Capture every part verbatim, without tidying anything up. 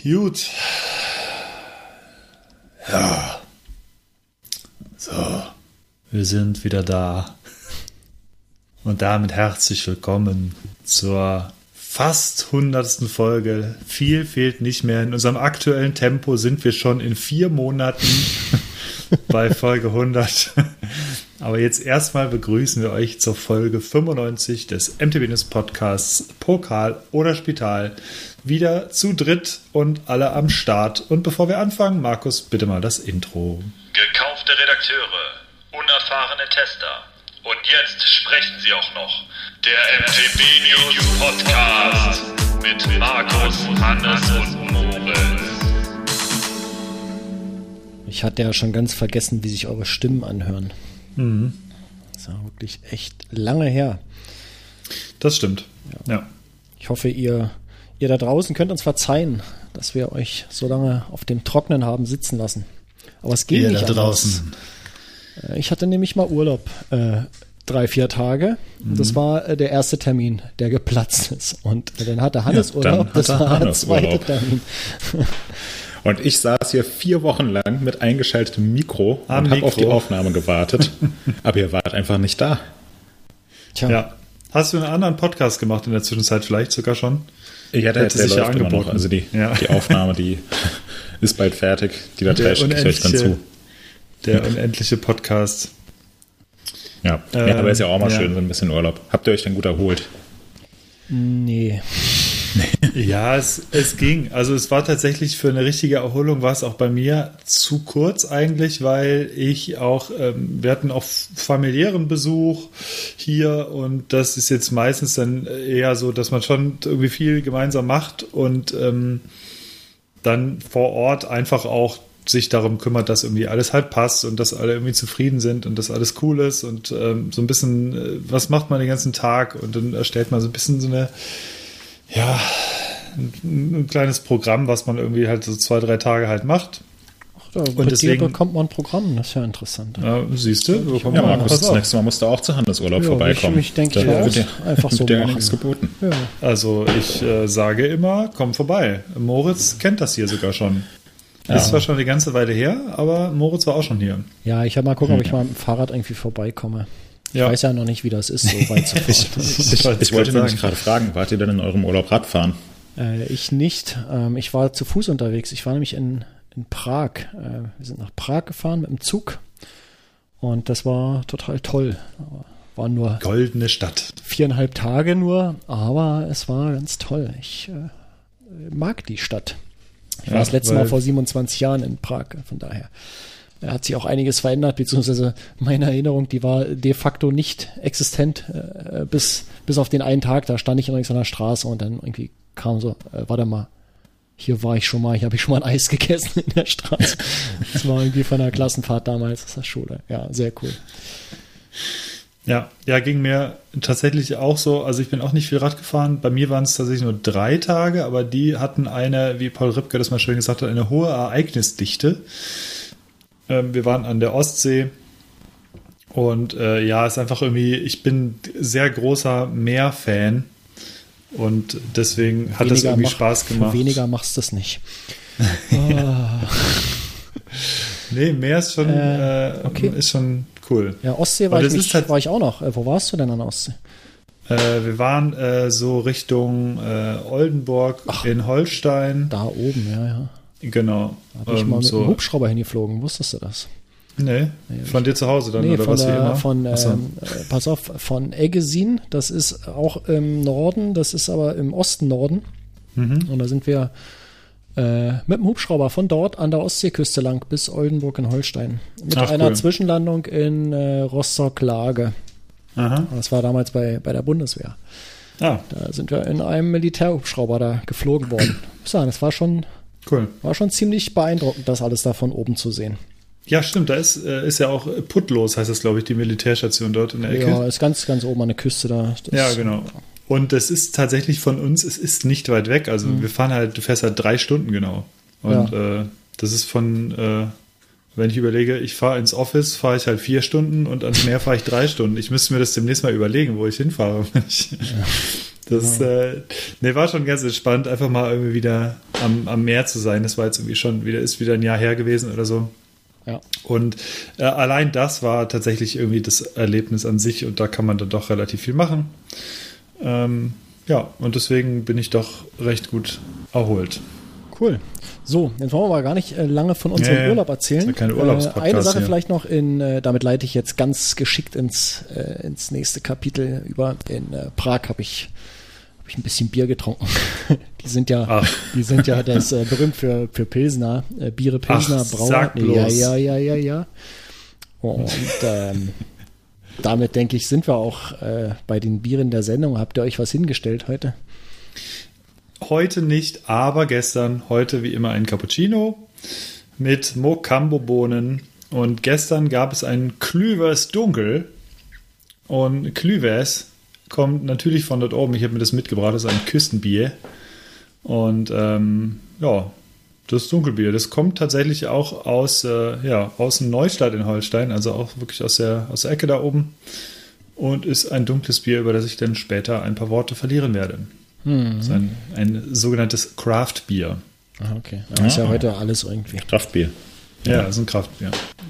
Gut. Ja. So. Wir sind wieder da. Und damit herzlich willkommen zur fast hundertsten Folge. Viel fehlt nicht mehr. In unserem aktuellen Tempo sind wir schon in vier Monaten bei Folge hundert. Aber jetzt erstmal begrüßen wir euch zur Folge fünfundneunzig des M T B-Podcasts Pokal oder Spital. Wieder zu dritt und alle am Start. Und bevor wir anfangen, Markus, bitte mal das Intro. Gekaufte Redakteure, unerfahrene Tester. Und jetzt sprechen sie auch noch. Der M T B-News-Podcast mit Markus, Hannes und Moritz. Ich hatte ja schon ganz vergessen, wie sich eure Stimmen anhören. Mhm. Das ist ja wirklich echt lange her. Das stimmt, ja. ja. Ich hoffe, ihr, ihr da draußen könnt uns verzeihen, dass wir euch so lange auf dem Trocknen haben sitzen lassen. Aber es ging ihr nicht da draußen. Anders. Ich hatte nämlich mal Urlaub, äh, drei, vier Tage. Mhm. Und das war äh, der erste Termin, der geplatzt ist. Und äh, dann hatte Hannes ja, Urlaub, das war der zweite Termin. Und ich saß hier vier Wochen lang mit eingeschaltetem Mikro Am und habe auf die Aufnahme gewartet. Aber ihr wart einfach nicht da. Tja. Ja. Hast du einen anderen Podcast gemacht in der Zwischenzeit vielleicht sogar schon? Ja, der, der läuft ja immer noch. Also die, ja. die Aufnahme, die ist bald fertig. Die Datei schicke ich euch dann zu. Der unendliche Podcast. Ja, ähm, ja aber ist ja auch mal ja. schön, so ein bisschen Urlaub. Habt ihr euch denn gut erholt? Nee. Ja, es, es ging. Also es war tatsächlich für eine richtige Erholung, war es auch bei mir zu kurz eigentlich, weil ich auch, ähm, wir hatten auch familiären Besuch hier und das ist jetzt meistens dann eher so, dass man schon irgendwie viel gemeinsam macht und ähm, dann vor Ort einfach auch sich darum kümmert, dass irgendwie alles halt passt und dass alle irgendwie zufrieden sind und dass alles cool ist und ähm, so ein bisschen, äh, was macht man den ganzen Tag und dann erstellt man so ein bisschen so eine ja, ein, ein kleines Programm, was man irgendwie halt so zwei, drei Tage halt macht. Ach, da und deswegen bekommt man ein Programm, das ist ja interessant. Ja, siehst du? Ja, Markus, das nächste Mal musst du auch zu Handesurlaub ja, vorbeikommen. Ich, ich denke, ich wird dir einfach so dir nichts geboten. Ja. Also ich äh, sage immer, komm vorbei. Moritz kennt das hier sogar schon. Ja. Ist zwar schon eine ganze Weile her, aber Moritz war auch schon hier. Ja, ich habe mal gucken, hm. ob ich mal mit dem Fahrrad irgendwie vorbeikomme. Ich ja. weiß ja noch nicht, wie das ist, so weit zu fahren. ich, ich, ich wollte nämlich gerade fragen, wart ihr denn in eurem Urlaub Radfahren? Äh, ich nicht. Ähm, ich war zu Fuß unterwegs. Ich war nämlich in, in Prag. Äh, wir sind nach Prag gefahren mit dem Zug. Und das war total toll. War nur goldene Stadt. Viereinhalb Tage nur, aber es war ganz toll. Ich äh, mag die Stadt. Ich ja, war das letzte Mal vor siebenundzwanzig Jahren in Prag, von daher. Hat sich auch einiges verändert, beziehungsweise meine Erinnerung, die war de facto nicht existent äh, bis, bis auf den einen Tag. Da stand ich übrigens an der Straße und dann irgendwie kam so, äh, warte mal, hier war ich schon mal, hier habe ich schon mal ein Eis gegessen in der Straße. Das war irgendwie von der Klassenfahrt damals aus der Schule. Ja, sehr cool. Ja, ja, ging mir tatsächlich auch so, also ich bin auch nicht viel Rad gefahren, bei mir waren es tatsächlich nur drei Tage, aber die hatten eine, wie Paul Ripke das mal schön gesagt hat, eine hohe Ereignisdichte. Wir waren an der Ostsee und äh, ja, ist einfach irgendwie, ich bin sehr großer Meer-Fan und deswegen hat weniger das irgendwie mach, Spaß gemacht. Für weniger machst du es nicht. Oh. Nee, Meer ist schon, äh, okay. ist schon cool. Ja, Ostsee war, ich, nicht, halt, war ich auch noch. Äh, wo warst du denn an der Ostsee? Äh, wir waren äh, so Richtung äh, Oldenburg Ach, in Holstein. Da oben, ja, ja. Genau. Da bin ich ähm, mal mit so. einem Hubschrauber hingeflogen, wusstest du das? Nee, nee von dir zu Hause dann, nee, oder von was der, wie immer? Von, ähm, äh, pass auf, von Eggesin, das ist auch im Norden, das ist aber im Osten Norden. Mhm. Und da sind wir äh, mit dem Hubschrauber von dort an der Ostseeküste lang bis Oldenburg in Holstein. Mit Ach, einer cool. Zwischenlandung in äh, Rostock-Lage. Aha. Das war damals bei, bei der Bundeswehr. Ah. Da sind wir in einem Militärhubschrauber da geflogen worden. Ich muss sagen, das war schon... Cool. War schon ziemlich beeindruckend, das alles da von oben zu sehen. Ja, stimmt. Da ist, äh, ist ja auch Putlos, heißt das, glaube ich, die Militärstation dort in der Ecke. Ja, ist ganz, ganz oben an der Küste da. Das ja, genau. Und das ist tatsächlich von uns, es ist nicht weit weg. Also mhm. wir fahren halt, du fährst halt drei Stunden genau. Und ja. äh, das ist von, äh, wenn ich überlege, ich fahre ins Office, fahre ich halt vier Stunden und ans Meer fahre ich drei Stunden. Ich müsste mir das demnächst mal überlegen, wo ich hinfahre. Wenn ich, ja. Das ja. äh, nee, war schon ganz entspannt, einfach mal irgendwie wieder am, am Meer zu sein. Das war jetzt irgendwie schon wieder, ist wieder ein Jahr her gewesen oder so. Ja. Und äh, allein das war tatsächlich irgendwie das Erlebnis an sich und da kann man dann doch relativ viel machen. Ähm, ja, und deswegen bin ich doch recht gut erholt. Cool. So, jetzt wollen wir aber gar nicht äh, lange von unserem nee, Urlaub erzählen. ist ja kein Urlaubspodcast äh, eine Sache hier. vielleicht noch, in, äh, damit leite ich jetzt ganz geschickt ins, äh, ins nächste Kapitel über. In äh, Prag habe ich, hab ich ein bisschen Bier getrunken. Die sind ja, Ach. die sind ja das äh, berühmt für, für Pilsner, äh, Biere Pilsner, Ach, Brauer. sag bloß. Ja, ja, ja, ja, ja. Und ähm, damit denke ich, sind wir auch äh, bei den Bieren der Sendung. Habt ihr euch was hingestellt heute? Heute nicht, aber gestern, heute wie immer ein Cappuccino mit Mocambo-Bohnen und gestern gab es ein Klüvers Dunkel und Klüvers kommt natürlich von dort oben. Ich habe mir das mitgebracht, das ist ein Küstenbier und ähm, ja, das Dunkelbier, das kommt tatsächlich auch aus, äh, ja, aus Neustadt in Holstein, also auch wirklich aus der, aus der Ecke da oben und ist ein dunkles Bier, über das ich dann später ein paar Worte verlieren werde. Hm. Das ist ein, ein sogenanntes Craft-Bier. Ah, okay. Ja, ist ja Ah. heute alles irgendwie. Kraftbier. Ja, das ist ein Craft-Bier.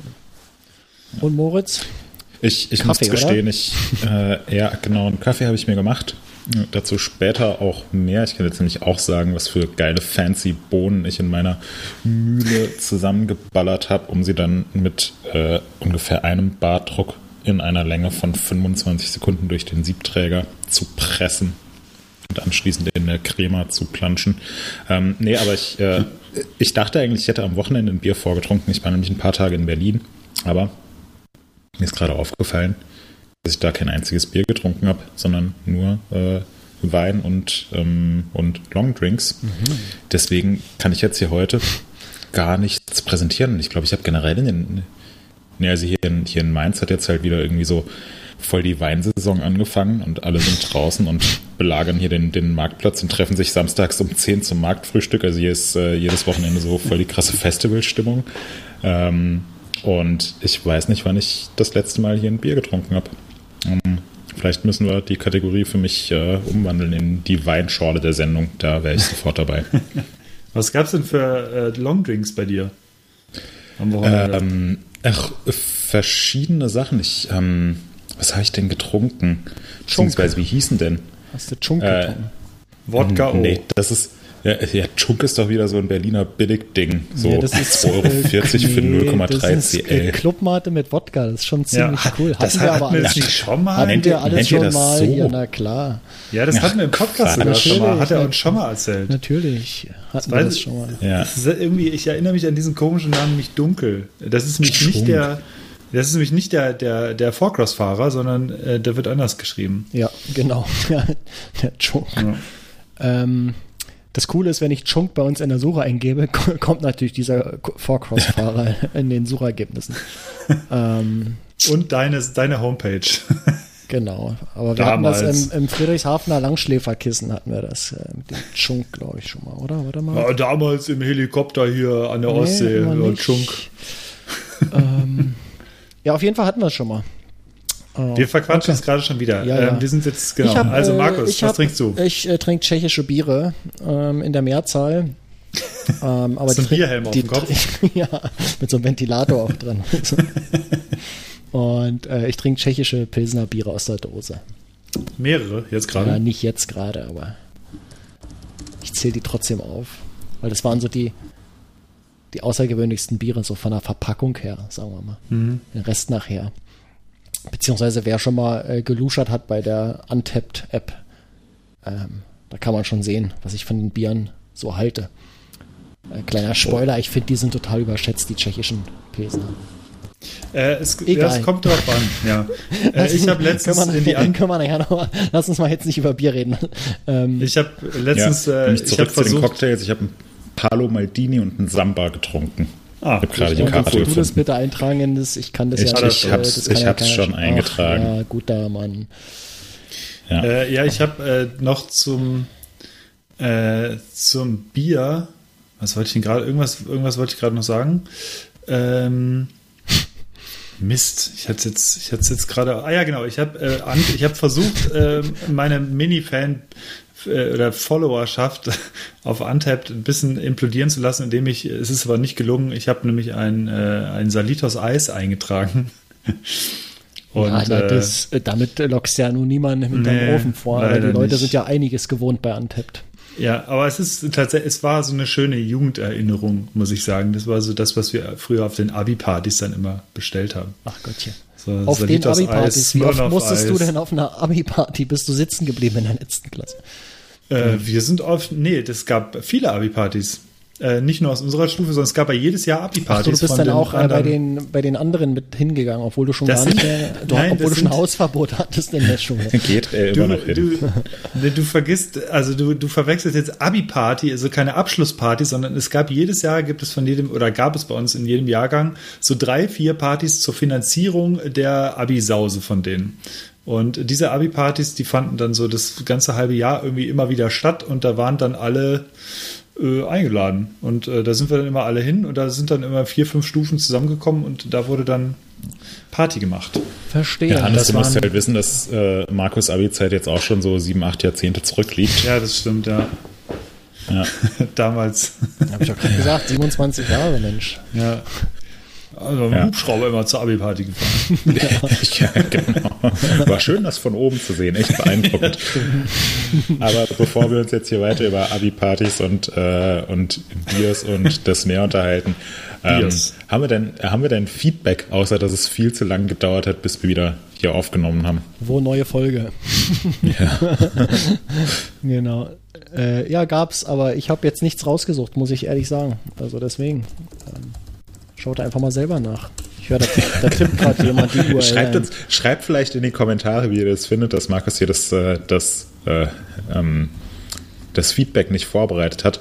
Und Moritz? Ich, ich Kaffee, muss gestehen, ich, äh, ja, genau, einen Kaffee habe ich mir gemacht. Ja, dazu später auch mehr. Ich kann jetzt nämlich auch sagen, was für geile fancy Bohnen ich in meiner Mühle zusammengeballert habe, um sie dann mit äh, ungefähr einem Bardruck in einer Länge von fünfundzwanzig Sekunden durch den Siebträger zu pressen und anschließend in der Crema zu planschen. Ähm, nee, aber ich, äh, ich dachte eigentlich, ich hätte am Wochenende ein Bier vorgetrunken. Ich war nämlich ein paar Tage in Berlin, aber mir ist gerade aufgefallen, dass ich da kein einziges Bier getrunken habe, sondern nur äh, Wein und, ähm, und Longdrinks. Mhm. Deswegen kann ich jetzt hier heute gar nichts präsentieren. Ich glaube, ich habe generell in den, nee, also hier in, hier in Mainz hat jetzt halt wieder irgendwie so voll die Weinsaison angefangen und alle sind draußen und belagern hier den, den Marktplatz und treffen sich samstags um zehn zum Marktfrühstück. Also hier ist äh, jedes Wochenende so voll die krasse Festivalstimmung. Ähm, und ich weiß nicht, wann ich das letzte Mal hier ein Bier getrunken habe. Ähm, vielleicht müssen wir die Kategorie für mich äh, umwandeln in die Weinschorle der Sendung. Da wäre ich sofort dabei. Was gab es denn für äh, Longdrinks bei dir am Wochenende? Ähm, ach, verschiedene Sachen. Ich, ähm, was habe ich denn getrunken? Beziehungsweise, wie hießen denn? Hast du Chunk Äh, getrunken? Wodka O. Nee, das ist, ja, ja, Chunk ist doch wieder so ein Berliner Billigding. So Ja, das ist, zwei Euro vierzig äh, für nee, null Komma drei das C ist, äh, L. Clubmate mit Wodka, das ist schon ziemlich Ja, cool. das Hatten wir hatten aber wir alles, nicht schon mal? hatten Nennt wir ihr- alles nennt ihr schon das mal so? hier, na klar. Ja, das Ach, hatten wir im Podcast sogar Quatsch. schon mal. Hat er Natürlich, uns schon mal erzählt. Natürlich hatten wir weiß das ich- schon mal. Ja. Das ist irgendwie, ich erinnere mich an diesen komischen Namen, nämlich Dunkel. Das ist nämlich Chunk. nicht der, das ist nämlich nicht der, der, der Four-Cross-Fahrer, sondern äh, der wird anders geschrieben. Ja, genau. Der Chunk. Ja. Ähm, das Coole ist, wenn ich Chunk bei uns in der Suche eingebe, kommt natürlich dieser Four-Cross-Fahrer in den Suchergebnissen. ähm, Und deine, deine Homepage. Genau, aber wir Damals. hatten das im, im Friedrichshafener Langschläferkissen hatten wir das äh, mit dem Chunk, glaube ich, schon mal, oder? Warte mal. Ja, damals im Helikopter hier an der Nee, Ostsee. immer Ja, nicht. Chunk. ähm, ja, auf jeden Fall hatten wir es schon mal. Oh, Wir verquatschen okay. uns gerade schon wieder. Ja, ja. Ähm, wir sind jetzt, genau. Ich hab, also äh, Markus, ich was hab, trinkst du? Ich äh, trinke tschechische Biere ähm, in der Mehrzahl. ähm, aber Hast du einen die- Bierhelm auf die- dem Kopf? Ja, mit so einem Ventilator auch dran. Und äh, ich trinke tschechische Pilsner Biere aus der Dose. Mehrere, jetzt gerade. Ja, nicht jetzt gerade, aber ich zähle die trotzdem auf. Weil das waren so die, die außergewöhnlichsten Biere, so von der Verpackung her, sagen wir mal. Mhm. Den Rest nachher. Beziehungsweise wer schon mal äh, geluschert hat bei der Untapped-App, ähm, da kann man schon sehen, was ich von den Bieren so halte. Äh, kleiner Spoiler, ich finde, die sind total überschätzt, die tschechischen Pilsner. Äh, es, ja, Egal. es kommt drauf an, ja. Äh, ich habe letztens können wir, in die An können wir nachher noch mal, lass uns mal jetzt nicht über Bier reden. Ähm, Ich habe letztens, ja, äh, nämlich ich zurück habe zu den versucht, Cocktails. Ich habe einen Palo Maldini und einen Samba getrunken. Ah, ich habe gerade die gut, Karte gut. du das gefunden. bitte eintragen in das, ich kann das Ich- ja ich nicht. hab's- das kann ich ja hab's keiner- schon Ach, eingetragen. Ja, guter Mann. Ja. Äh, ja, ich habe äh, noch zum äh, zum Bier, was wollte ich denn gerade, irgendwas, irgendwas wollte ich gerade noch sagen. Ähm, Mist, ich hatte jetzt, ich hatte jetzt gerade, ah ja genau, ich habe äh, ich habe versucht, äh, meine Mini-Fan äh, oder Followerschaft auf Untappd ein bisschen implodieren zu lassen, indem ich, es ist aber nicht gelungen, ich habe nämlich ein, äh, ein Salitos Eis eingetragen. Und, ja, na, das, äh, damit lockst ja nun niemanden mit deinem nee, Ofen vor, aber die Leute nicht. sind ja einiges gewohnt bei Untappd. Ja, aber es ist tatsächlich, es war so eine schöne Jugenderinnerung, muss ich sagen. Das war so das, was wir früher auf den Abi-Partys dann immer bestellt haben. Ach Gottchen. So, auf den Abi-Partys, wie oft musstest Eis. du denn auf einer Abi-Party, bist du sitzen geblieben in der letzten Klasse? Äh, wir sind auf, nee, das gab viele Abi-Partys. Äh, nicht nur aus unserer Stufe, sondern es gab ja jedes Jahr Abi-Partys. Ach, du bist von dann den auch äh, bei, anderen. den, bei den anderen mit hingegangen, obwohl du schon Das gar nicht sind- mehr, du, Nein, obwohl das du schon sind- Hausverbot hattest in der Schule. Geht er Du, immer noch hin. du, du vergisst, also du, du verwechselst jetzt Abi-Party, also keine Abschlussparty, sondern es gab jedes Jahr, gibt es von jedem, oder gab es bei uns in jedem Jahrgang so drei, vier Partys zur Finanzierung der Abi-Sause von denen. Und diese Abi-Partys, die fanden dann so das ganze halbe Jahr irgendwie immer wieder statt und da waren dann alle äh, eingeladen. Und äh, da sind wir dann immer alle hin und da sind dann immer vier, fünf Stufen zusammengekommen und da wurde dann Party gemacht. Verstehe. Ja, Hannes, das du musst waren- halt wissen, dass äh, Markus Abi-Zeit jetzt auch schon so sieben, acht Jahrzehnte zurückliegt. Ja, das stimmt, ja. Ja. Damals. Habe ich auch gerade gesagt, siebenundzwanzig Jahre, Mensch. Ja. Also mit dem Ja. Hubschrauber immer zur Abi-Party gefahren. Ja, genau. War schön, das von oben zu sehen, echt beeindruckend. Aber bevor wir uns jetzt hier weiter über Abi-Partys und, äh, und Biers und das mehr unterhalten, ähm, Biers. haben wir denn, haben wir denn Feedback, außer dass es viel zu lange gedauert hat, bis wir wieder hier aufgenommen haben? Wo neue Folge? Ja. Genau. Äh, ja, gab's, aber ich habe jetzt nichts rausgesucht, muss ich ehrlich sagen. Also deswegen. Ähm, schaut einfach mal selber nach. Ich höre, da, da tippt gerade jemand die U R L. Schreibt, ein. uns, schreibt vielleicht in die Kommentare, wie ihr das findet, dass Markus hier das, äh, das, äh, ähm, das Feedback nicht vorbereitet hat.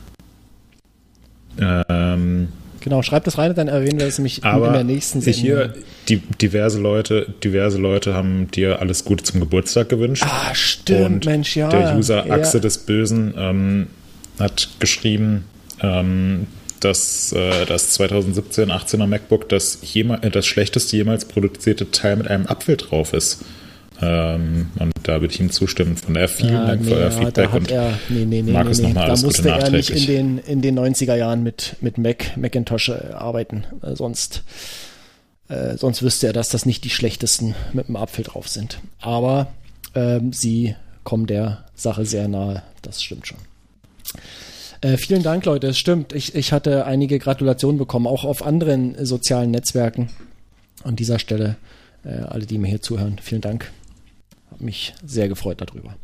Ähm, Genau, schreibt das rein, dann erwähnen wir es nämlich aber in der nächsten ich Sendung. hier, die, diverse Leute, diverse Leute haben dir alles Gute zum Geburtstag gewünscht. Ah, stimmt, Und Mensch, ja. der User ja. Achse des Bösen ähm, hat geschrieben, ähm, dass äh, das zwanzig siebzehn achtzehner MacBook das, jema- äh, das schlechteste jemals produzierte Teil mit einem Apfel drauf ist. Ähm, und da würde ich ihm zustimmen. Von daher vielen Ja, Dank nee, für euer ja, Feedback. da hat Und er, nee, nee, nee, Markus nee, nee. nochmal Da alles Gute musste er nicht in nachträglich. den, in den neunziger Jahren mit, mit Mac, Macintosh äh, arbeiten. Äh, sonst, äh, sonst wüsste er, dass das nicht die schlechtesten mit dem Apfel drauf sind. Aber ähm, sie kommen der Sache sehr nahe. Das stimmt schon. Äh, vielen Dank, Leute. Es stimmt. Ich, ich hatte einige Gratulationen bekommen, auch auf anderen äh, sozialen Netzwerken. An dieser Stelle, äh, alle, die mir hier zuhören, vielen Dank. Hab mich sehr gefreut darüber.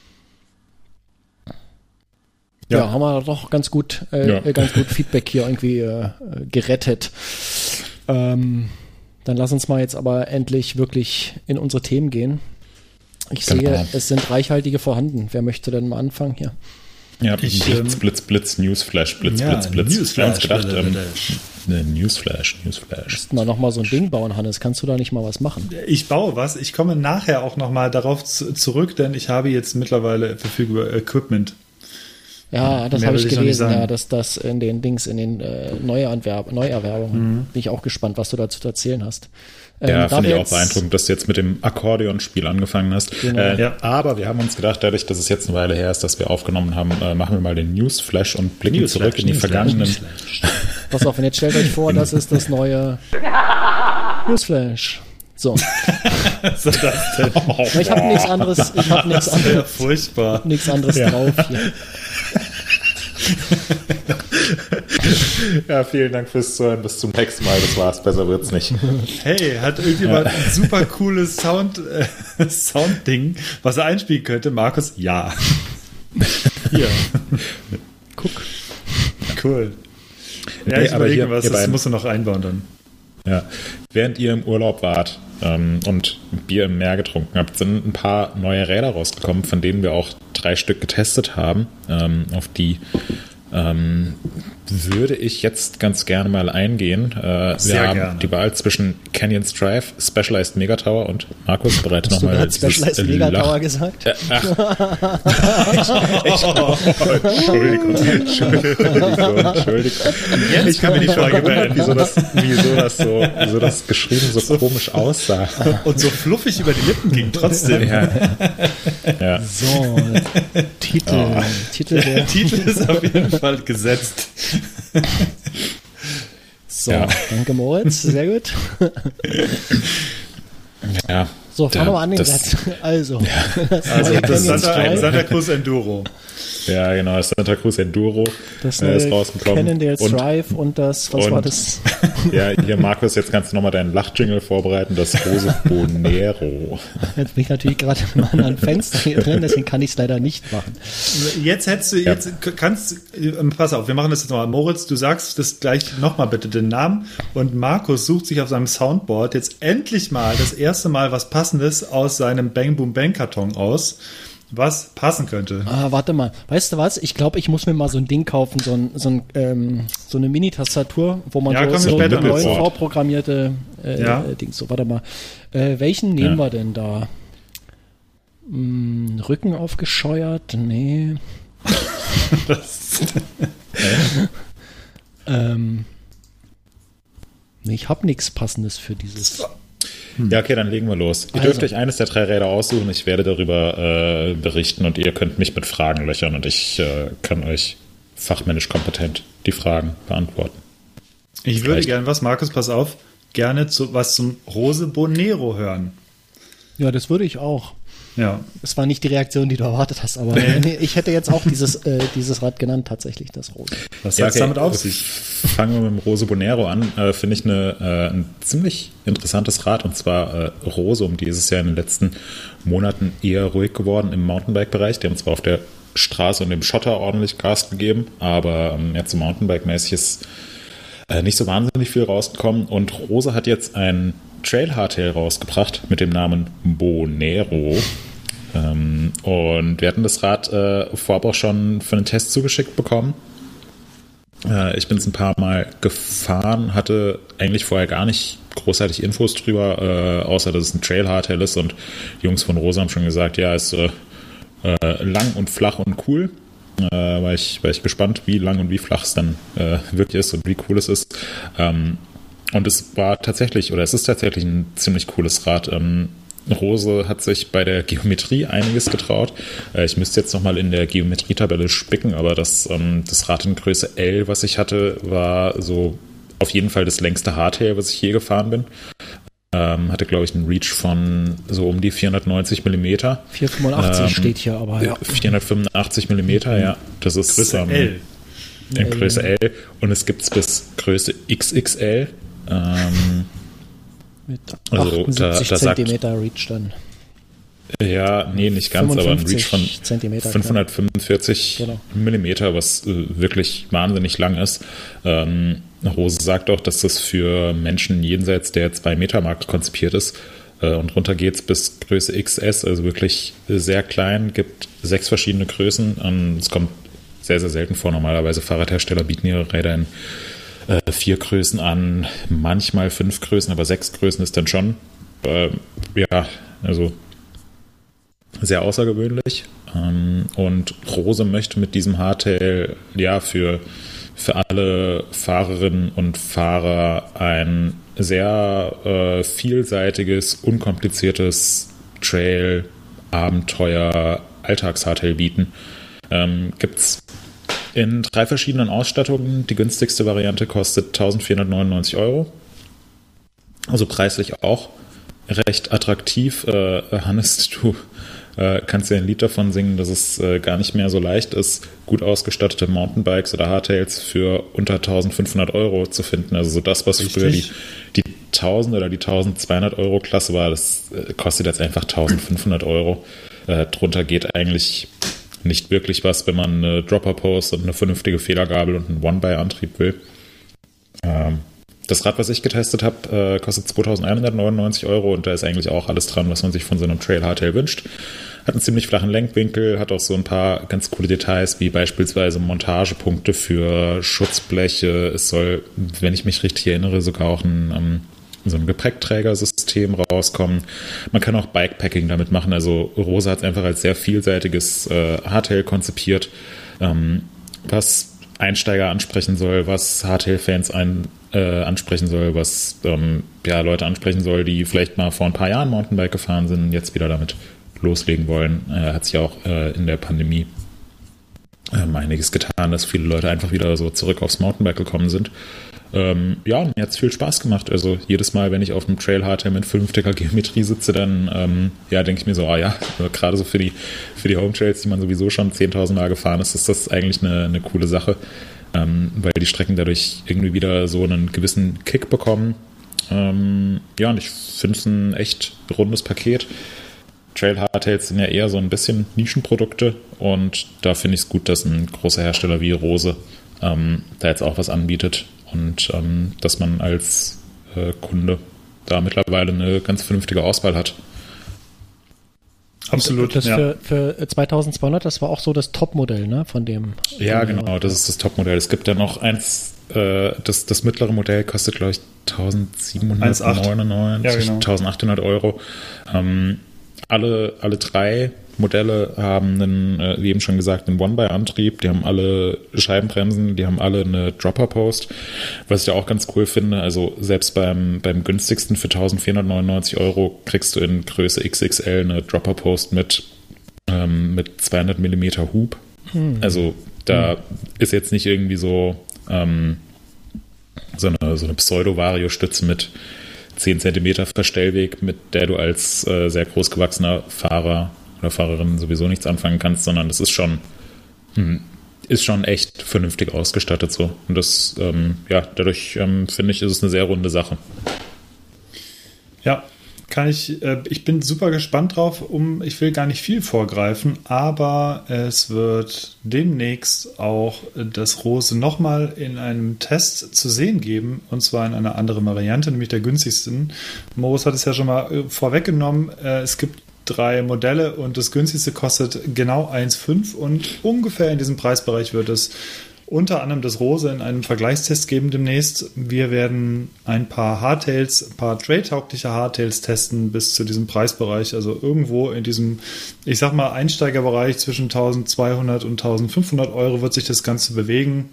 Ja, Ja. haben wir doch ganz gut, äh, Ja. äh, ganz gut Feedback hier irgendwie äh, gerettet. Ähm, dann lass uns mal jetzt aber endlich wirklich in unsere Themen gehen. Ich Genau. sehe, es sind reichhaltige vorhanden. Wer möchte denn mal anfangen hier? ja, Ich, Blitz, ähm, Blitz, Blitz, Newsflash, Blitz, Ja, Blitz, Blitz. Newsflash, Wir haben uns gedacht, ähm, Blitz. ne, Newsflash, Newsflash. Müssten wir nochmal so ein Ding bauen, Hannes. Kannst du da nicht mal was machen? Ich baue was. Ich komme nachher auch nochmal darauf zu, zurück, denn ich habe jetzt mittlerweile verfügbar Equipment. Ja, das Mehr habe will ich ich noch nicht gelesen, sagen. ja, dass das in den Dings, in den äh, Neuanwerb Neuerwerbungen. Bin ich auch gespannt, was du dazu zu erzählen hast. Ähm, Ja, da finde ich wir auch jetzt- beeindruckend, dass du jetzt mit dem Akkordeonspiel angefangen hast. Genau. Äh, Ja. Aber wir haben uns gedacht, dadurch, dass es jetzt eine Weile her ist, dass wir aufgenommen haben, äh, machen wir mal den Newsflash und blicken Newsflash, zurück in die Newsflash, vergangenen. Newsflash. Pass auf, und jetzt stellt euch vor, das ist das neue Newsflash. So, Was ist das denn? ich habe nichts anderes, ich habe nichts Das wäre anderes, furchtbar. nichts anderes Ja. drauf hier. Ja, vielen Dank fürs Zuhören. Bis zum nächsten Mal. Das war's. Besser wird's nicht. Hey, hat irgendjemand ein super cooles Sound, äh, Soundding, was er einspielen könnte? Markus? Ja. Hier. Guck. Cool. Ja, Nee, ich aber überlege hier, was, ihr das beiden- musst du noch einbauen dann. Ja. Während ihr im Urlaub wart ähm, und Bier im Meer getrunken habt, sind ein paar neue Räder rausgekommen, von denen wir auch drei Stück getestet haben, ähm, auf die ähm, würde ich jetzt ganz gerne mal eingehen. Äh, wir Sehr haben gerne. die Wahl zwischen Canyons Drive, Specialized Megatower und Markus bereitet nochmal. Hast du gerade Specialized Megatower gesagt? Äh, ach. Entschuldigung, Entschuldigung, Entschuldigung. Jetzt Ich kann mir die kommt Frage die Frage beantworten, wieso das, wieso das so, wieso das geschrieben so, so komisch aussah. Und so fluffig über die Lippen ging trotzdem. Ja. Ja. So, Titel, Oh. Titel der. Der Titel ist auf jeden Fall gesetzt. So, Ja. danke Moritz, sehr gut. Ja. So, fangen wir mal an den Das- Satz. Also, Also Canyon das Santa, Drive. Santa Cruz Enduro. Ja, genau, das Santa Cruz Enduro das äh, ist neue rausgekommen. Cannondale und, Drive und das, was und- war das? ja, hier Markus, jetzt kannst du nochmal deinen Lachjingle vorbereiten, das Rose Bonero. Jetzt bin ich natürlich gerade in einem anderen Fenster hier drin, deswegen kann ich es leider nicht machen. Jetzt hättest du, jetzt kannst, ähm, pass auf, wir machen das jetzt nochmal. Moritz, du sagst das gleich nochmal bitte den Namen und Markus sucht sich auf seinem Soundboard jetzt endlich mal das erste Mal was Passendes aus seinem Bang Boom Bang Karton aus, was passen könnte. Ah, warte mal. Weißt du was? Ich glaube, ich muss mir mal so ein Ding kaufen, so, ein, so, ein, ähm, so eine Mini-Tastatur, wo man Ja, so, kommen wir so später neun noch. vorprogrammierte äh, Ja. äh, Dings. So, warte mal. Äh, welchen nehmen Ja. wir denn da? Hm, Rücken aufgescheuert? Nee. ähm, nee, ich habe nichts Passendes für dieses. Ja, okay, dann legen wir los. Ihr Also. dürft euch eines der drei Räder aussuchen. Ich werde darüber äh, berichten und ihr könnt mich mit Fragen löchern und ich äh, kann euch fachmännisch kompetent die Fragen beantworten. Ich würde Vielleicht. gerne was, Markus, pass auf, gerne zu, was zum Rose Bonero hören. Ja, das würde ich auch. Ja. Das war nicht die Reaktion, die du erwartet hast, aber nee, ich hätte jetzt auch dieses, äh, dieses Rad genannt, tatsächlich, das Rose. Was Ja, hat's okay. damit auf sich? Fangen wir mit dem Rose Bonero an. Äh, Finde ich eine, äh, ein ziemlich interessantes Rad. Und zwar äh, Rose, um die ist es ja in den letzten Monaten eher ruhig geworden im Mountainbike-Bereich. Die haben zwar auf der Straße und im Schotter ordentlich Gas gegeben, aber ähm, jetzt so Mountainbike-mäßig ist äh, nicht so wahnsinnig viel rausgekommen. Und Rose hat jetzt ein Trail-Hardtail rausgebracht mit dem Namen Bonero. Ähm, und wir hatten das Rad äh, vorab auch schon für einen Test zugeschickt bekommen. Äh, ich bin es ein paar Mal gefahren, hatte eigentlich vorher gar nicht großartig Infos drüber, äh, außer dass es ein Trail-Hardtail ist. Und die Jungs von Rose haben schon gesagt, ja, ist äh, äh, lang und flach und cool. Äh, war, ich, war ich gespannt, wie lang und wie flach es dann äh, wirklich ist und wie cool es ist. Ähm, und es war tatsächlich, oder es ist tatsächlich ein ziemlich cooles Rad. Ähm, Rose hat sich bei der Geometrie einiges getraut. Äh, ich müsste jetzt nochmal in der Geometrietabelle spicken, aber das, ähm, das Rad in Größe L, was ich hatte, war so auf jeden Fall das längste Hardtail, was ich je gefahren bin. Ähm, hatte, glaube ich, einen Reach von so um die vierhundertneunzig Millimeter. vierhundertfünfundachtzig Ähm, steht hier, aber ja. vierhundertfünfundachtzig Millimeter, ja. Das ist Größe ähm, L. in Größe L. Und es gibt es bis Größe X X L. Ähm, Mit also achtundsiebzig da- da sagt- Zentimeter Reach dann. ja, nee, nicht ganz, aber ein Reach von fünfundfünfzig Zentimeter. fünfhundertfünfundvierzig Genau. Millimeter, was äh, wirklich wahnsinnig lang ist. Ähm, Rose sagt auch, dass das für Menschen jenseits der zwei Meter Marke konzipiert ist. Äh, und runter geht's bis Größe X S, also wirklich sehr klein, gibt sechs verschiedene Größen. Ähm, es kommt sehr, sehr selten vor. Normalerweise Fahrradhersteller bieten ihre Räder in äh, vier Größen an, manchmal fünf Größen, aber sechs Größen ist dann schon. Äh, ja, also sehr außergewöhnlich. Ähm, und Rose möchte mit diesem Hardtail ja für, für alle Fahrerinnen und Fahrer ein sehr äh, vielseitiges, unkompliziertes Trail, Abenteuer, Alltagshardtail bieten. Ähm, gibt's in drei verschiedenen Ausstattungen. Die günstigste Variante kostet eintausendvierhundertneunundneunzig Euro. Also preislich auch recht attraktiv. Äh, Hannes, du äh, kannst ja ein Lied davon singen, dass es äh, gar nicht mehr so leicht ist, gut ausgestattete Mountainbikes oder Hardtails für unter eintausendfünfhundert Euro zu finden. Also so das, was Richtig. früher die, die tausend oder die eintausendzweihundert Euro Klasse war, das äh, kostet jetzt einfach eintausendfünfhundert Euro. Äh, drunter geht eigentlich nicht wirklich was, wenn man eine Dropper-Post und eine vernünftige Federgabel und einen One-by-Antrieb will. Ähm, das Rad, was ich getestet habe, äh, kostet zweitausendeinhundertneunundneunzig Euro und da ist eigentlich auch alles dran, was man sich von so einem Trail-Hardtail wünscht. hat einen ziemlich flachen Lenkwinkel, hat auch so ein paar ganz coole Details, wie beispielsweise Montagepunkte für Schutzbleche. Es soll, wenn ich mich richtig erinnere, sogar auch ein, um, so ein Gepäckträgersystem rauskommen. Man kann auch Bikepacking damit machen. Also Rose hat es einfach als sehr vielseitiges äh, Hardtail konzipiert, ähm, was Einsteiger ansprechen soll, was Hardtail-Fans ein, äh, ansprechen soll, was ähm, ja, Leute ansprechen soll, die vielleicht mal vor ein paar Jahren Mountainbike gefahren sind und jetzt wieder damit loslegen wollen. Äh, hat sich auch äh, in der Pandemie ähm, einiges getan, dass viele Leute einfach wieder so zurück aufs Mountainbike gekommen sind. Ähm, ja, mir hat es viel Spaß gemacht. Also jedes Mal, wenn ich auf einem Trail Hardtail mit fünfziger Geometrie sitze, dann ähm, ja, denke ich mir so, ah ja, gerade so für die, für die Home Trails, die man sowieso schon zehntausend Mal gefahren ist, ist das eigentlich eine, eine coole Sache, ähm, weil die Strecken dadurch irgendwie wieder so einen gewissen Kick bekommen. Ähm, ja, und ich finde es ein echt rundes Paket. Trail Hardtails sind ja eher so ein bisschen Nischenprodukte und da finde ich es gut, dass ein großer Hersteller wie Rose ähm, da jetzt auch was anbietet. Und ähm, dass man als äh, Kunde da mittlerweile eine ganz vernünftige Auswahl hat. Absolut. Das ja. für, für zweitausendzweihundert, das war auch so das Topmodell, ne, von dem. Ja, genau, das ist das Topmodell. Es gibt ja noch eins, äh, das, das mittlere Modell kostet, glaube ich, eintausendsiebenhundertneunundneunzig, ja, genau. eintausendachthundert Euro. Ähm, alle, alle drei Modelle haben einen, äh, wie eben schon gesagt, einen One-by-Antrieb, die haben alle Scheibenbremsen, die haben alle eine Dropper-Post, was ich auch ganz cool finde. Also selbst beim, beim günstigsten für eintausendvierhundertneunundneunzig Euro kriegst du in Größe X X L eine Dropper-Post mit, ähm, mit zweihundert Millimeter Hub. Hm. Also da hm. ist jetzt nicht irgendwie so, ähm, so eine, so eine Pseudo-Vario-Stütze mit zehn Zentimeter Verstellweg, mit der du als äh, sehr großgewachsener Fahrer oder Fahrerin sowieso nichts anfangen kannst, sondern das ist schon hm, ist schon echt vernünftig ausgestattet so. Und das, ähm, ja, dadurch ähm, finde ich, ist es eine sehr runde Sache. Ja, kann ich, äh, ich bin super gespannt drauf, um, ich will gar nicht viel vorgreifen, aber es wird demnächst auch das Rose nochmal in einem Test zu sehen geben, und zwar in einer anderen Variante, nämlich der günstigsten. Moritz hat es ja schon mal vorweggenommen, äh, es gibt drei Modelle und das günstigste kostet genau eins Komma fünf und ungefähr in diesem Preisbereich wird es unter anderem das Rose in einem Vergleichstest geben demnächst. Wir werden ein paar Hardtails, ein paar trailtaugliche Hardtails testen bis zu diesem Preisbereich, also irgendwo in diesem, ich sag mal, Einsteigerbereich zwischen eintausendzweihundert und eintausendfünfhundert Euro wird sich das Ganze bewegen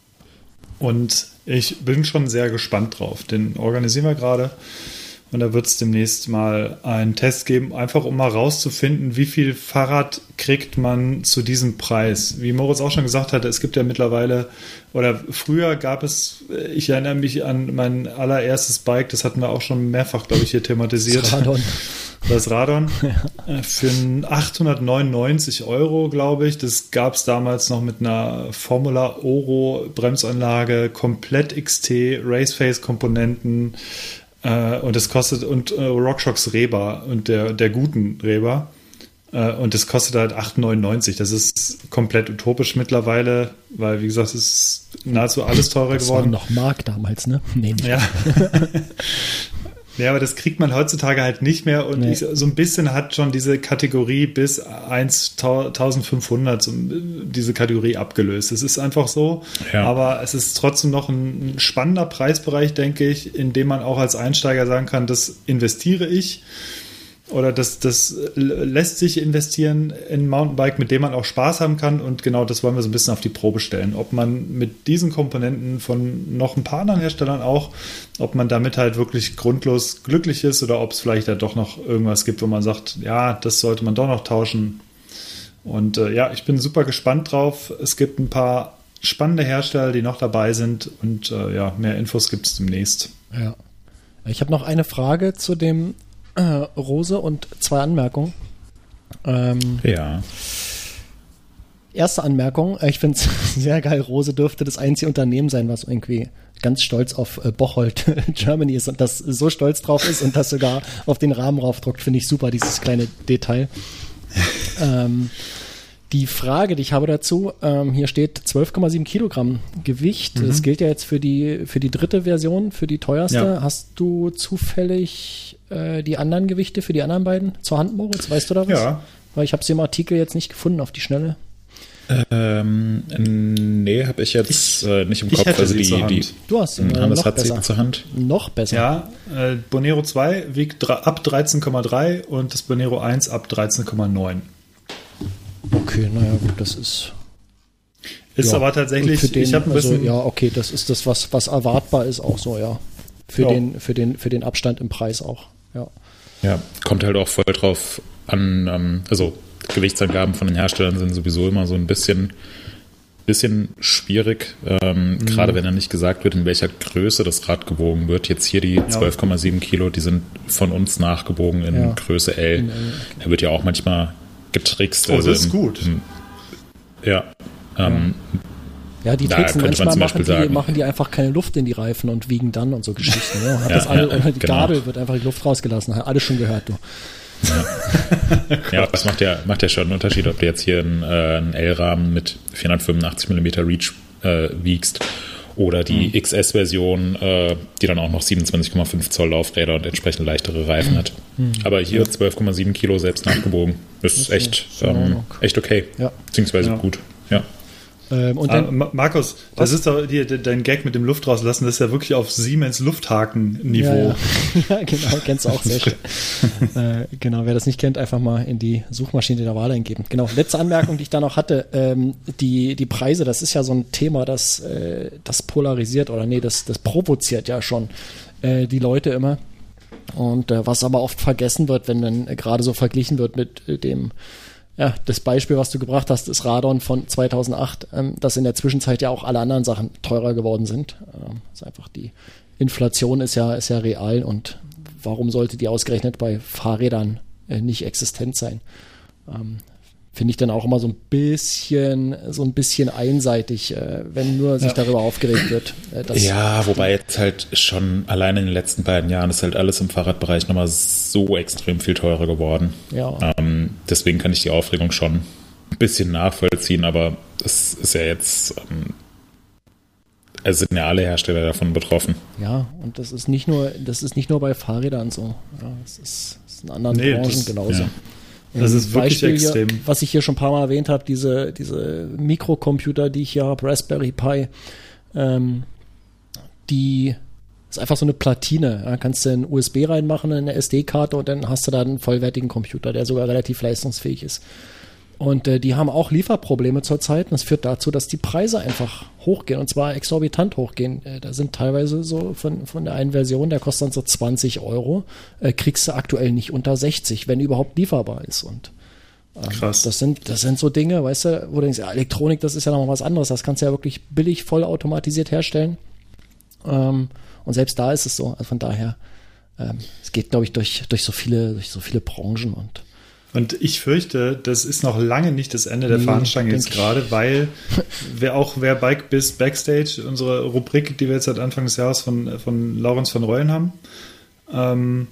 und ich bin schon sehr gespannt drauf, den organisieren wir gerade. Und da wird es demnächst mal einen Test geben, einfach um mal rauszufinden, wie viel Fahrrad kriegt man zu diesem Preis. Wie Moritz auch schon gesagt hatte, es gibt ja mittlerweile, oder früher gab es, ich erinnere mich an mein allererstes Bike, das hatten wir auch schon mehrfach, glaube ich, hier thematisiert. Das Radon. Das Radon. Ja. Für achthundertneunundneunzig Euro, glaube ich. Das gab es damals noch mit einer Formula Oro Bremsanlage, komplett X T, Raceface-Komponenten. Und das kostet, und äh, RockShox Reba und der, der guten Reba. Äh, und das kostet halt acht neunundneunzig. Das ist komplett utopisch mittlerweile, weil, wie gesagt, es ist nahezu alles teurer das geworden. Das war noch Mark damals, ne? Nee, nicht. Ja. Ja, aber das kriegt man heutzutage halt nicht mehr und nee. ich, so ein bisschen hat schon diese Kategorie bis eintausendfünfhundert so, diese Kategorie abgelöst. Es ist einfach so, ja. Aber es ist trotzdem noch ein spannender Preisbereich, denke ich, in dem man auch als Einsteiger sagen kann, das investiere ich oder das, das lässt sich investieren in ein Mountainbike, mit dem man auch Spaß haben kann und genau das wollen wir so ein bisschen auf die Probe stellen. Ob man mit diesen Komponenten von noch ein paar anderen Herstellern auch, ob man damit halt wirklich grundlos glücklich ist oder ob es vielleicht ja doch noch irgendwas gibt, wo man sagt, ja, das sollte man doch noch tauschen. Und äh, ja, ich bin super gespannt drauf. Es gibt ein paar spannende Hersteller, die noch dabei sind und äh, ja, mehr Infos gibt es demnächst. Ja. Ich habe noch eine Frage zu dem Äh, Rose und zwei Anmerkungen. Ähm, ja. Erste Anmerkung, ich finde es sehr geil, Rose dürfte das einzige Unternehmen sein, was irgendwie ganz stolz auf äh, Bocholt Germany ist und das so stolz drauf ist und das sogar auf den Rahmen raufdruckt, finde ich super, dieses kleine Detail. ähm, Die Frage, die ich habe dazu, ähm, hier steht zwölf Komma sieben Kilogramm Gewicht. Mhm. Das gilt ja jetzt für die, für die dritte Version, für die teuerste. Ja. Hast du zufällig äh, die anderen Gewichte für die anderen beiden zur Hand, Moritz? Weißt du da was? Ja, Weil ich habe sie im Artikel jetzt nicht gefunden auf die Schnelle. Ähm, nee, habe ich jetzt ich, äh, nicht im Kopf. Also die, die, du hast äh, Hannes hat sie zur Hand. Noch besser. Ja, äh, Bonero zwei wiegt ab dreizehn Komma drei und das Bonero eins ab dreizehn Komma neun. Okay, naja, gut, das ist... Ist ja, aber tatsächlich... Den, ich ein bisschen, also, ja, okay, das ist das, was, was erwartbar ist, auch so, ja. Für, ja. Den, für, den, für den Abstand im Preis auch, ja. Ja, kommt halt auch voll drauf an, ähm, also... Gewichtsangaben von den Herstellern sind sowieso immer so ein bisschen, bisschen schwierig, ähm, mhm. gerade wenn ja nicht gesagt wird, in welcher Größe das Rad gewogen wird. Jetzt hier die ja. zwölf Komma sieben Kilo, die sind von uns nachgebogen in ja. Größe L. Mhm. Er wird ja auch manchmal getrickst. Oh, also das ist im, gut. Im, ja. Ähm, ja, die tricksen manchmal machen die, machen die einfach keine Luft in die Reifen und wiegen dann und so Geschichten. Ja. Hat ja, das alle, ja, oder die genau. Gabel wird einfach die Luft rausgelassen. Hat alles schon gehört, du. Ja, ja, das macht ja, macht ja schon einen Unterschied, ob du jetzt hier einen, äh, einen L-Rahmen mit vierhundertfünfundachtzig Millimeter Reach äh, wiegst oder die mhm. X S-Version, äh, die dann auch noch siebenundzwanzig Komma fünf Zoll Laufräder und entsprechend leichtere Reifen mhm. hat. Mhm. Aber hier ja. zwölf Komma sieben Kilo selbst nachgebogen. Das ist echt, ähm, echt okay. Ja. Beziehungsweise ja. gut. Ja. Ähm, und dann, ah, Markus, das was? ist doch die, dein Gag mit dem Luft rauslassen, das ist ja wirklich auf Siemens Lufthaken-Niveau. Ja, ja. ja, genau, kennst du auch sehr schön. äh, genau, wer das nicht kennt, einfach mal in die Suchmaschine der Wahl eingeben. Genau, letzte Anmerkung, die ich da noch hatte, ähm, die, die Preise, das ist ja so ein Thema, das, äh, das polarisiert oder nee, das, das provoziert ja schon äh, die Leute immer. Und äh, was aber oft vergessen wird, wenn dann äh, gerade so verglichen wird mit äh, dem Ja, das Beispiel, was du gebracht hast, ist Radon von zweitausendacht, ähm, dass in der Zwischenzeit ja auch alle anderen Sachen teurer geworden sind. Ähm, ist einfach die Inflation ist ja, ist ja real und warum sollte die ausgerechnet bei Fahrrädern äh, nicht existent sein? Ähm, Finde ich dann auch immer so ein bisschen, so ein bisschen einseitig, äh, wenn nur sich ja. darüber aufgeregt wird. Äh, dass ja, wobei jetzt halt schon allein in den letzten beiden Jahren ist halt alles im Fahrradbereich nochmal so extrem viel teurer geworden. Ja. Ähm, deswegen kann ich die Aufregung schon ein bisschen nachvollziehen, aber es ist ja jetzt, ähm, es sind ja alle Hersteller davon betroffen. Ja, und das ist nicht nur, das ist nicht nur bei Fahrrädern so. Ja, das ist, das ist in anderen nee, Branchen das, genauso. Ja. Das ist wirklich Beispiel extrem. Hier, was ich hier schon ein paar Mal erwähnt habe, diese, diese Mikrocomputer, die ich hier habe, Raspberry Pi, ähm, die ist einfach so eine Platine. Da kannst du einen U S B reinmachen, eine S D-Karte und dann hast du da einen vollwertigen Computer, der sogar relativ leistungsfähig ist. Und äh, die haben auch Lieferprobleme zurzeit und das führt dazu, dass die Preise einfach hochgehen und zwar exorbitant hochgehen. Äh, da sind teilweise so von, von der einen Version, der kostet dann so zwanzig Euro, äh, kriegst du aktuell nicht unter sechzig, wenn überhaupt lieferbar ist. Und ähm, krass. Das sind, das sind so Dinge, weißt du, wo du denkst, ja, Elektronik, das ist ja noch was anderes, das kannst du ja wirklich billig, vollautomatisiert herstellen. Ähm, und selbst da ist es so. Also von daher, ähm, es geht, glaube ich, durch, durch so viele, durch so viele Branchen und Und ich fürchte, das ist noch lange nicht das Ende der nee, Fahnenstange jetzt gerade, weil wer auch wer Bike bis Backstage, unsere Rubrik, die wir jetzt seit Anfang des Jahres von, von Laurens van Rooyen haben, ähm,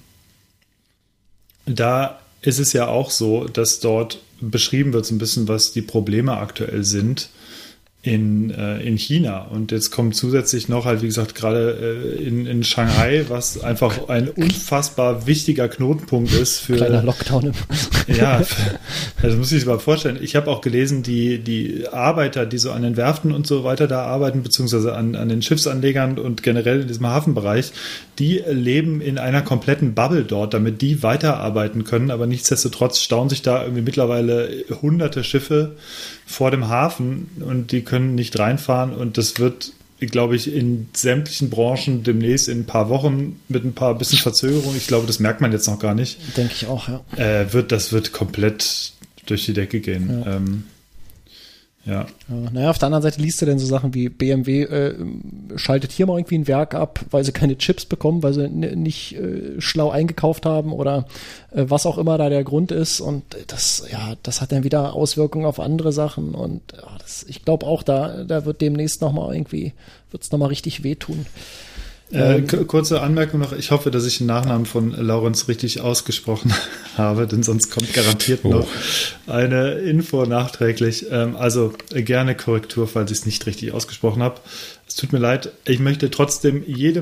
da ist es ja auch so, dass dort beschrieben wird so ein bisschen, was die Probleme aktuell sind in, äh, in China. Und jetzt kommt zusätzlich noch halt, wie gesagt, gerade äh, in, in Shanghai, was einfach ein unfassbar wichtiger Knotenpunkt ist für... Kleiner Lockdown. Ja, also muss ich sich mal vorstellen. Ich habe auch gelesen, die, die Arbeiter, die so an den Werften und so weiter da arbeiten, beziehungsweise an, an den Schiffsanlegern und generell in diesem Hafenbereich, die leben in einer kompletten Bubble dort, damit die weiterarbeiten können. Aber nichtsdestotrotz stauen sich da irgendwie mittlerweile hunderte Schiffe vor dem Hafen und die können nicht reinfahren und das wird, glaube ich, in sämtlichen Branchen demnächst in ein paar Wochen mit ein paar bisschen Verzögerung, ich glaube, das merkt man jetzt noch gar nicht. Denke ich auch, ja. Äh, wird, das wird komplett durch die Decke gehen. Ja. Ähm, ja. Ja, naja, auf der anderen Seite liest du denn so Sachen wie B M W äh, schaltet hier mal irgendwie ein Werk ab, weil sie keine Chips bekommen, weil sie n- nicht äh, schlau eingekauft haben oder äh, was auch immer da der Grund ist und das, ja, das hat dann wieder Auswirkungen auf andere Sachen und ja, das, ich glaube auch, da, da wird demnächst nochmal irgendwie, wird's nochmal richtig wehtun. Äh, k- kurze Anmerkung noch, ich hoffe, dass ich den Nachnamen von Laurens richtig ausgesprochen habe, denn sonst kommt garantiert oh. noch eine Info nachträglich. Ähm, also äh, gerne Korrektur, falls ich es nicht richtig ausgesprochen habe. Es tut mir leid, ich möchte trotzdem jedem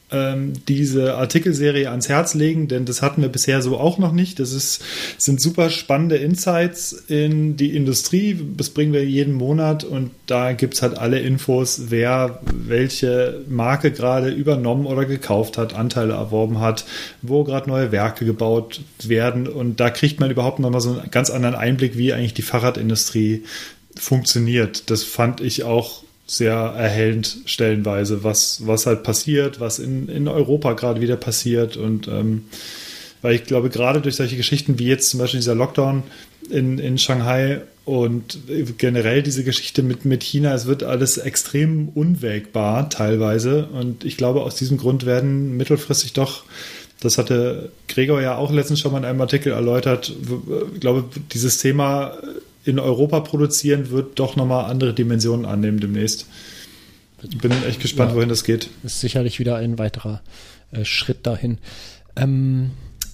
ähm, diese Artikelserie ans Herz legen, denn das hatten wir bisher so auch noch nicht. Das ist, sind super spannende Insights in die Industrie. Das bringen wir jeden Monat und da gibt es halt alle Infos, wer welche Marke gerade übernommen oder gekauft hat, Anteile erworben hat, wo gerade neue Werke gebaut werden und da kriegt man überhaupt nochmal so einen ganz anderen Einblick, wie eigentlich die Fahrradindustrie funktioniert. Das fand ich auch sehr erhellend stellenweise, was, was halt passiert, was in, in Europa gerade wieder passiert und ähm, weil ich glaube, gerade durch solche Geschichten wie jetzt zum Beispiel dieser Lockdown in, in Shanghai und generell diese Geschichte mit, mit China, es wird alles extrem unwägbar teilweise und ich glaube, aus diesem Grund werden mittelfristig doch, das hatte Gregor ja auch letztens schon mal in einem Artikel erläutert, ich glaube, dieses Thema in Europa produzieren wird doch nochmal andere Dimensionen annehmen demnächst. Ich bin echt gespannt, ja, wohin das geht. Ist sicherlich wieder ein weiterer äh, Schritt dahin. Ähm,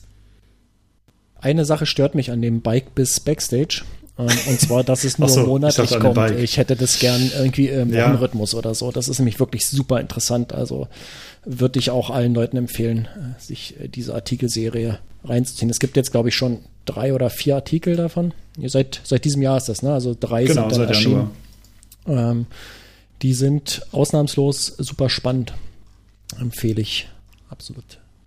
eine Sache stört mich an dem Bike bis Backstage. Ähm, und zwar, dass es nur so, monatlich ich kommt. Ich hätte das gern irgendwie im ja. Wochenrhythmus oder so. Das ist nämlich wirklich super interessant. Also würde ich auch allen Leuten empfehlen, sich diese Artikelserie reinzuziehen. Es gibt jetzt, glaube ich, schon drei oder vier Artikel davon. Seit, seit diesem Jahr ist das, ne? Also drei genau, sind dann erschienen. Ähm, die sind ausnahmslos super spannend. Empfehle ich absolut.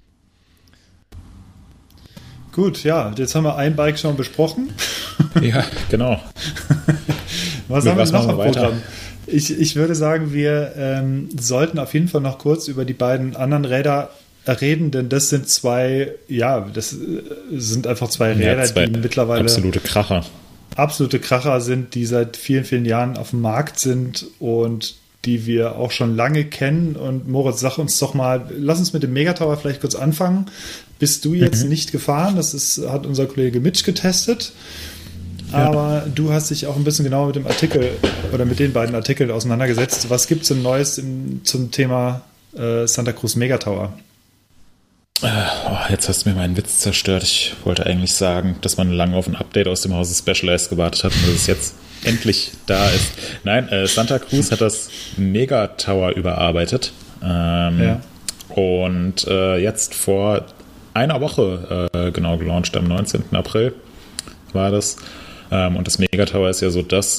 Gut, ja, jetzt haben wir ein Bike schon besprochen. Ja, genau. Was Mit haben wir noch im Programm? Ich, ich würde sagen, wir ähm, sollten auf jeden Fall noch kurz über die beiden anderen Räder reden, denn das sind zwei, ja, das sind einfach zwei Räder, ja, zwei die mittlerweile absolute Kracher. absolute Kracher sind, die seit vielen, vielen Jahren auf dem Markt sind und die wir auch schon lange kennen. Und Moritz, sag uns doch mal, lass uns mit dem Megatower vielleicht kurz anfangen. Bist du jetzt mhm. nicht gefahren? Das ist, hat unser Kollege Mitch getestet. Ja. Aber du hast dich auch ein bisschen genauer mit dem Artikel oder mit den beiden Artikeln auseinandergesetzt. Was gibt es denn Neues im, zum Thema äh, Santa Cruz Megatower? Oh, jetzt hast du mir meinen Witz zerstört. Ich wollte eigentlich sagen, dass man lange auf ein Update aus dem Hause Specialized gewartet hat und dass es jetzt endlich da ist. Nein, äh, Santa Cruz hat das Megatower überarbeitet. Ähm, ja. Und äh, jetzt vor einer Woche äh, genau gelauncht, am neunzehnten April war das. Ähm, und das Megatower ist ja so das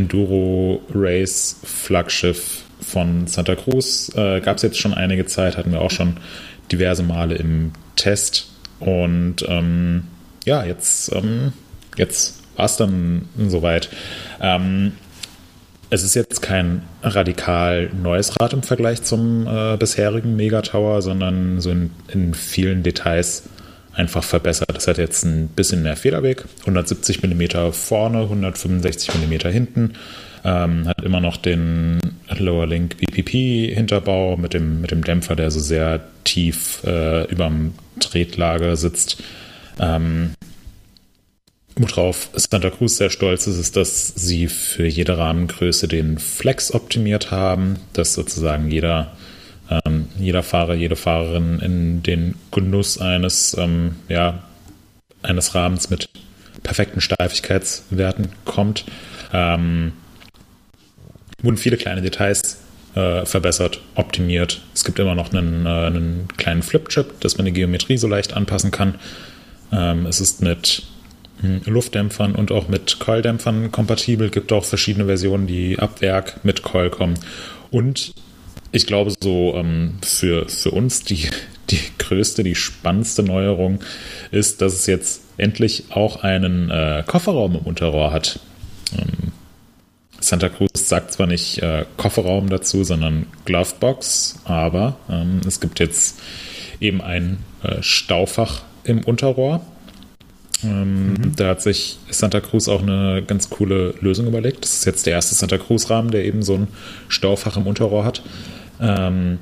Enduro-Race-Flaggschiff von Santa Cruz. Äh, gab es jetzt schon einige Zeit, hatten wir auch schon diverse Male im Test und ähm, ja, jetzt, ähm, jetzt war es dann soweit. Ähm, es ist jetzt kein radikal neues Rad im Vergleich zum äh, bisherigen Megatower, sondern so in, in vielen Details einfach verbessert. Das hat jetzt ein bisschen mehr Federweg, hundertsiebzig Millimeter vorne, hundertfünfundsechzig Millimeter hinten. Ähm, hat immer noch den Lower Link V P P-Hinterbau mit dem, mit dem Dämpfer, der so sehr tief äh, überm Tretlager sitzt. Ähm, worauf Santa Cruz sehr stolz ist, ist, dass sie für jede Rahmengröße den Flex optimiert haben, dass sozusagen jeder, ähm, jeder Fahrer, jede Fahrerin in den Genuss eines, ähm, ja, eines Rahmens mit perfekten Steifigkeitswerten kommt. Ähm, wurden viele kleine Details äh, verbessert, optimiert. Es gibt immer noch einen, äh, einen kleinen Flipchip, dass man die Geometrie so leicht anpassen kann. Ähm, es ist mit mh, Luftdämpfern und auch mit Coildämpfern kompatibel. Es gibt auch verschiedene Versionen, die ab Werk mit Coil kommen. Und ich glaube, so ähm, für, für uns die, die größte, die spannendste Neuerung ist, dass es jetzt endlich auch einen äh, Kofferraum im Unterrohr hat. Ähm, Santa Cruz sagt zwar nicht äh, Kofferraum dazu, sondern Glovebox, aber ähm, es gibt jetzt eben ein äh, Staufach im Unterrohr. Ähm, mhm. Da hat sich Santa Cruz auch eine ganz coole Lösung überlegt. Das ist jetzt der erste Santa Cruz-Rahmen, der eben so ein Staufach im Unterrohr hat. Ähm,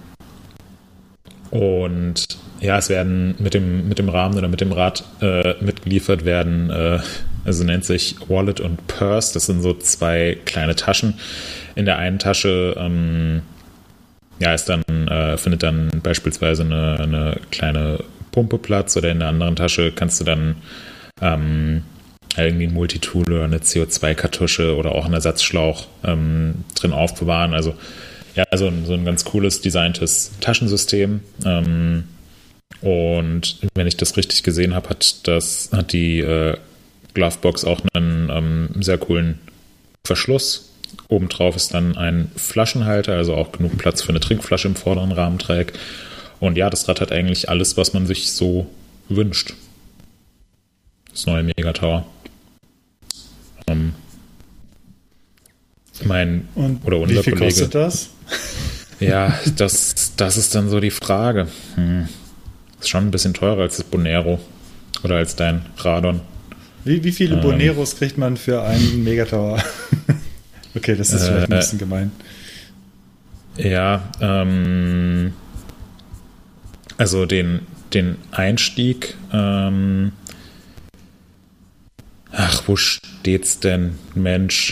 und ja, es werden mit dem, mit dem Rahmen oder mit dem Rad äh, mitgeliefert werden, äh, also nennt sich Wallet und Purse. Das sind so zwei kleine Taschen. In der einen Tasche ähm, ja, ist dann, äh, findet dann beispielsweise eine, eine kleine Pumpe Platz, oder in der anderen Tasche kannst du dann ähm, irgendwie ein Multitool oder eine C O zwei Kartusche oder auch einen Ersatzschlauch ähm, drin aufbewahren. Also ja, also so ein ganz cooles designtes Taschensystem. Ähm, und wenn ich das richtig gesehen habe, hat das hat die äh, Glovebox auch einen ähm, sehr coolen Verschluss. Obendrauf ist dann ein Flaschenhalter, also auch genug Platz für eine Trinkflasche im vorderen Rahmenträg. Und ja, das Rad hat eigentlich alles, was man sich so wünscht. Das neue Megatower. Ähm, mein Und oder unser wie viel Kollege. Kostet das? Ja, das, das ist dann so die Frage. Hm. Ist schon ein bisschen teurer als das Bonero oder als dein Radon. Wie, wie viele Ähm, Boneros kriegt man für einen Megatower? Okay, das ist vielleicht ein äh, bisschen gemein. Ja, ähm, also den, den Einstieg, ähm, ach, wo steht's denn, Mensch?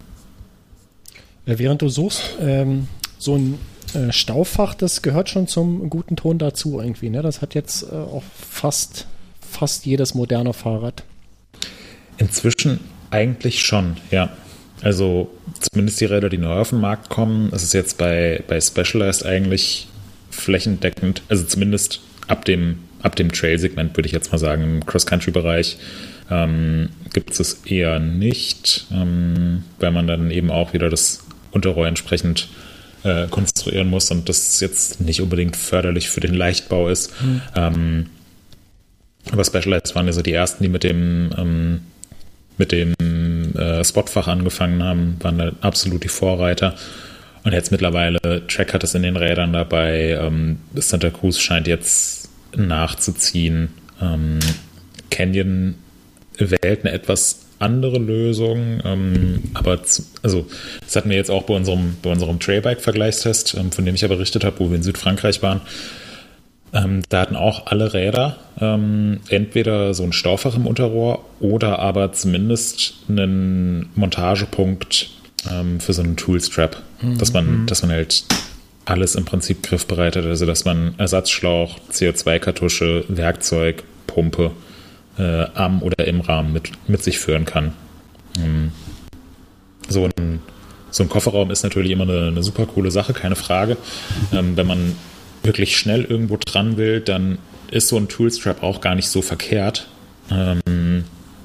Während du suchst, ähm, so ein äh, Staufach, das gehört schon zum guten Ton dazu irgendwie. Ne? Das hat jetzt äh, auch fast, fast jedes moderne Fahrrad. Inzwischen eigentlich schon, ja. Also zumindest die Räder, die neu auf den Markt kommen, ist es jetzt bei, bei Specialized eigentlich flächendeckend, also zumindest ab dem, ab dem Trail-Segment würde ich jetzt mal sagen, im Cross-Country-Bereich ähm, gibt es es eher nicht, ähm, weil man dann eben auch wieder das Unterrohr entsprechend äh, konstruieren muss und das jetzt nicht unbedingt förderlich für den Leichtbau ist. Mhm. Ähm, aber Specialized waren ja so die ersten, die mit dem ähm, mit dem äh, Spotfach angefangen haben, waren da absolut die Vorreiter. Und jetzt mittlerweile, Trek hat es in den Rädern dabei, ähm, Santa Cruz scheint jetzt nachzuziehen. Ähm, Canyon wählt eine etwas andere Lösung, ähm, aber zu, also das hatten wir jetzt auch bei unserem, bei unserem Trailbike-Vergleichstest, ähm, von dem ich aber berichtet habe, wo wir in Südfrankreich waren. Ähm, da hatten auch alle Räder ähm, entweder so ein Staufach im Unterrohr oder aber zumindest einen Montagepunkt ähm, für so einen Toolstrap, mhm. dass man, dass man halt alles im Prinzip griffbereit hat, also dass man Ersatzschlauch, C O zwei Kartusche, Werkzeug, Pumpe äh, am oder im Rahmen mit, mit sich führen kann. Ähm, so ein, so ein Kofferraum ist natürlich immer eine, eine super coole Sache, keine Frage. Ähm, wenn man wirklich schnell irgendwo dran will, dann ist so ein Toolstrap auch gar nicht so verkehrt. Ähm,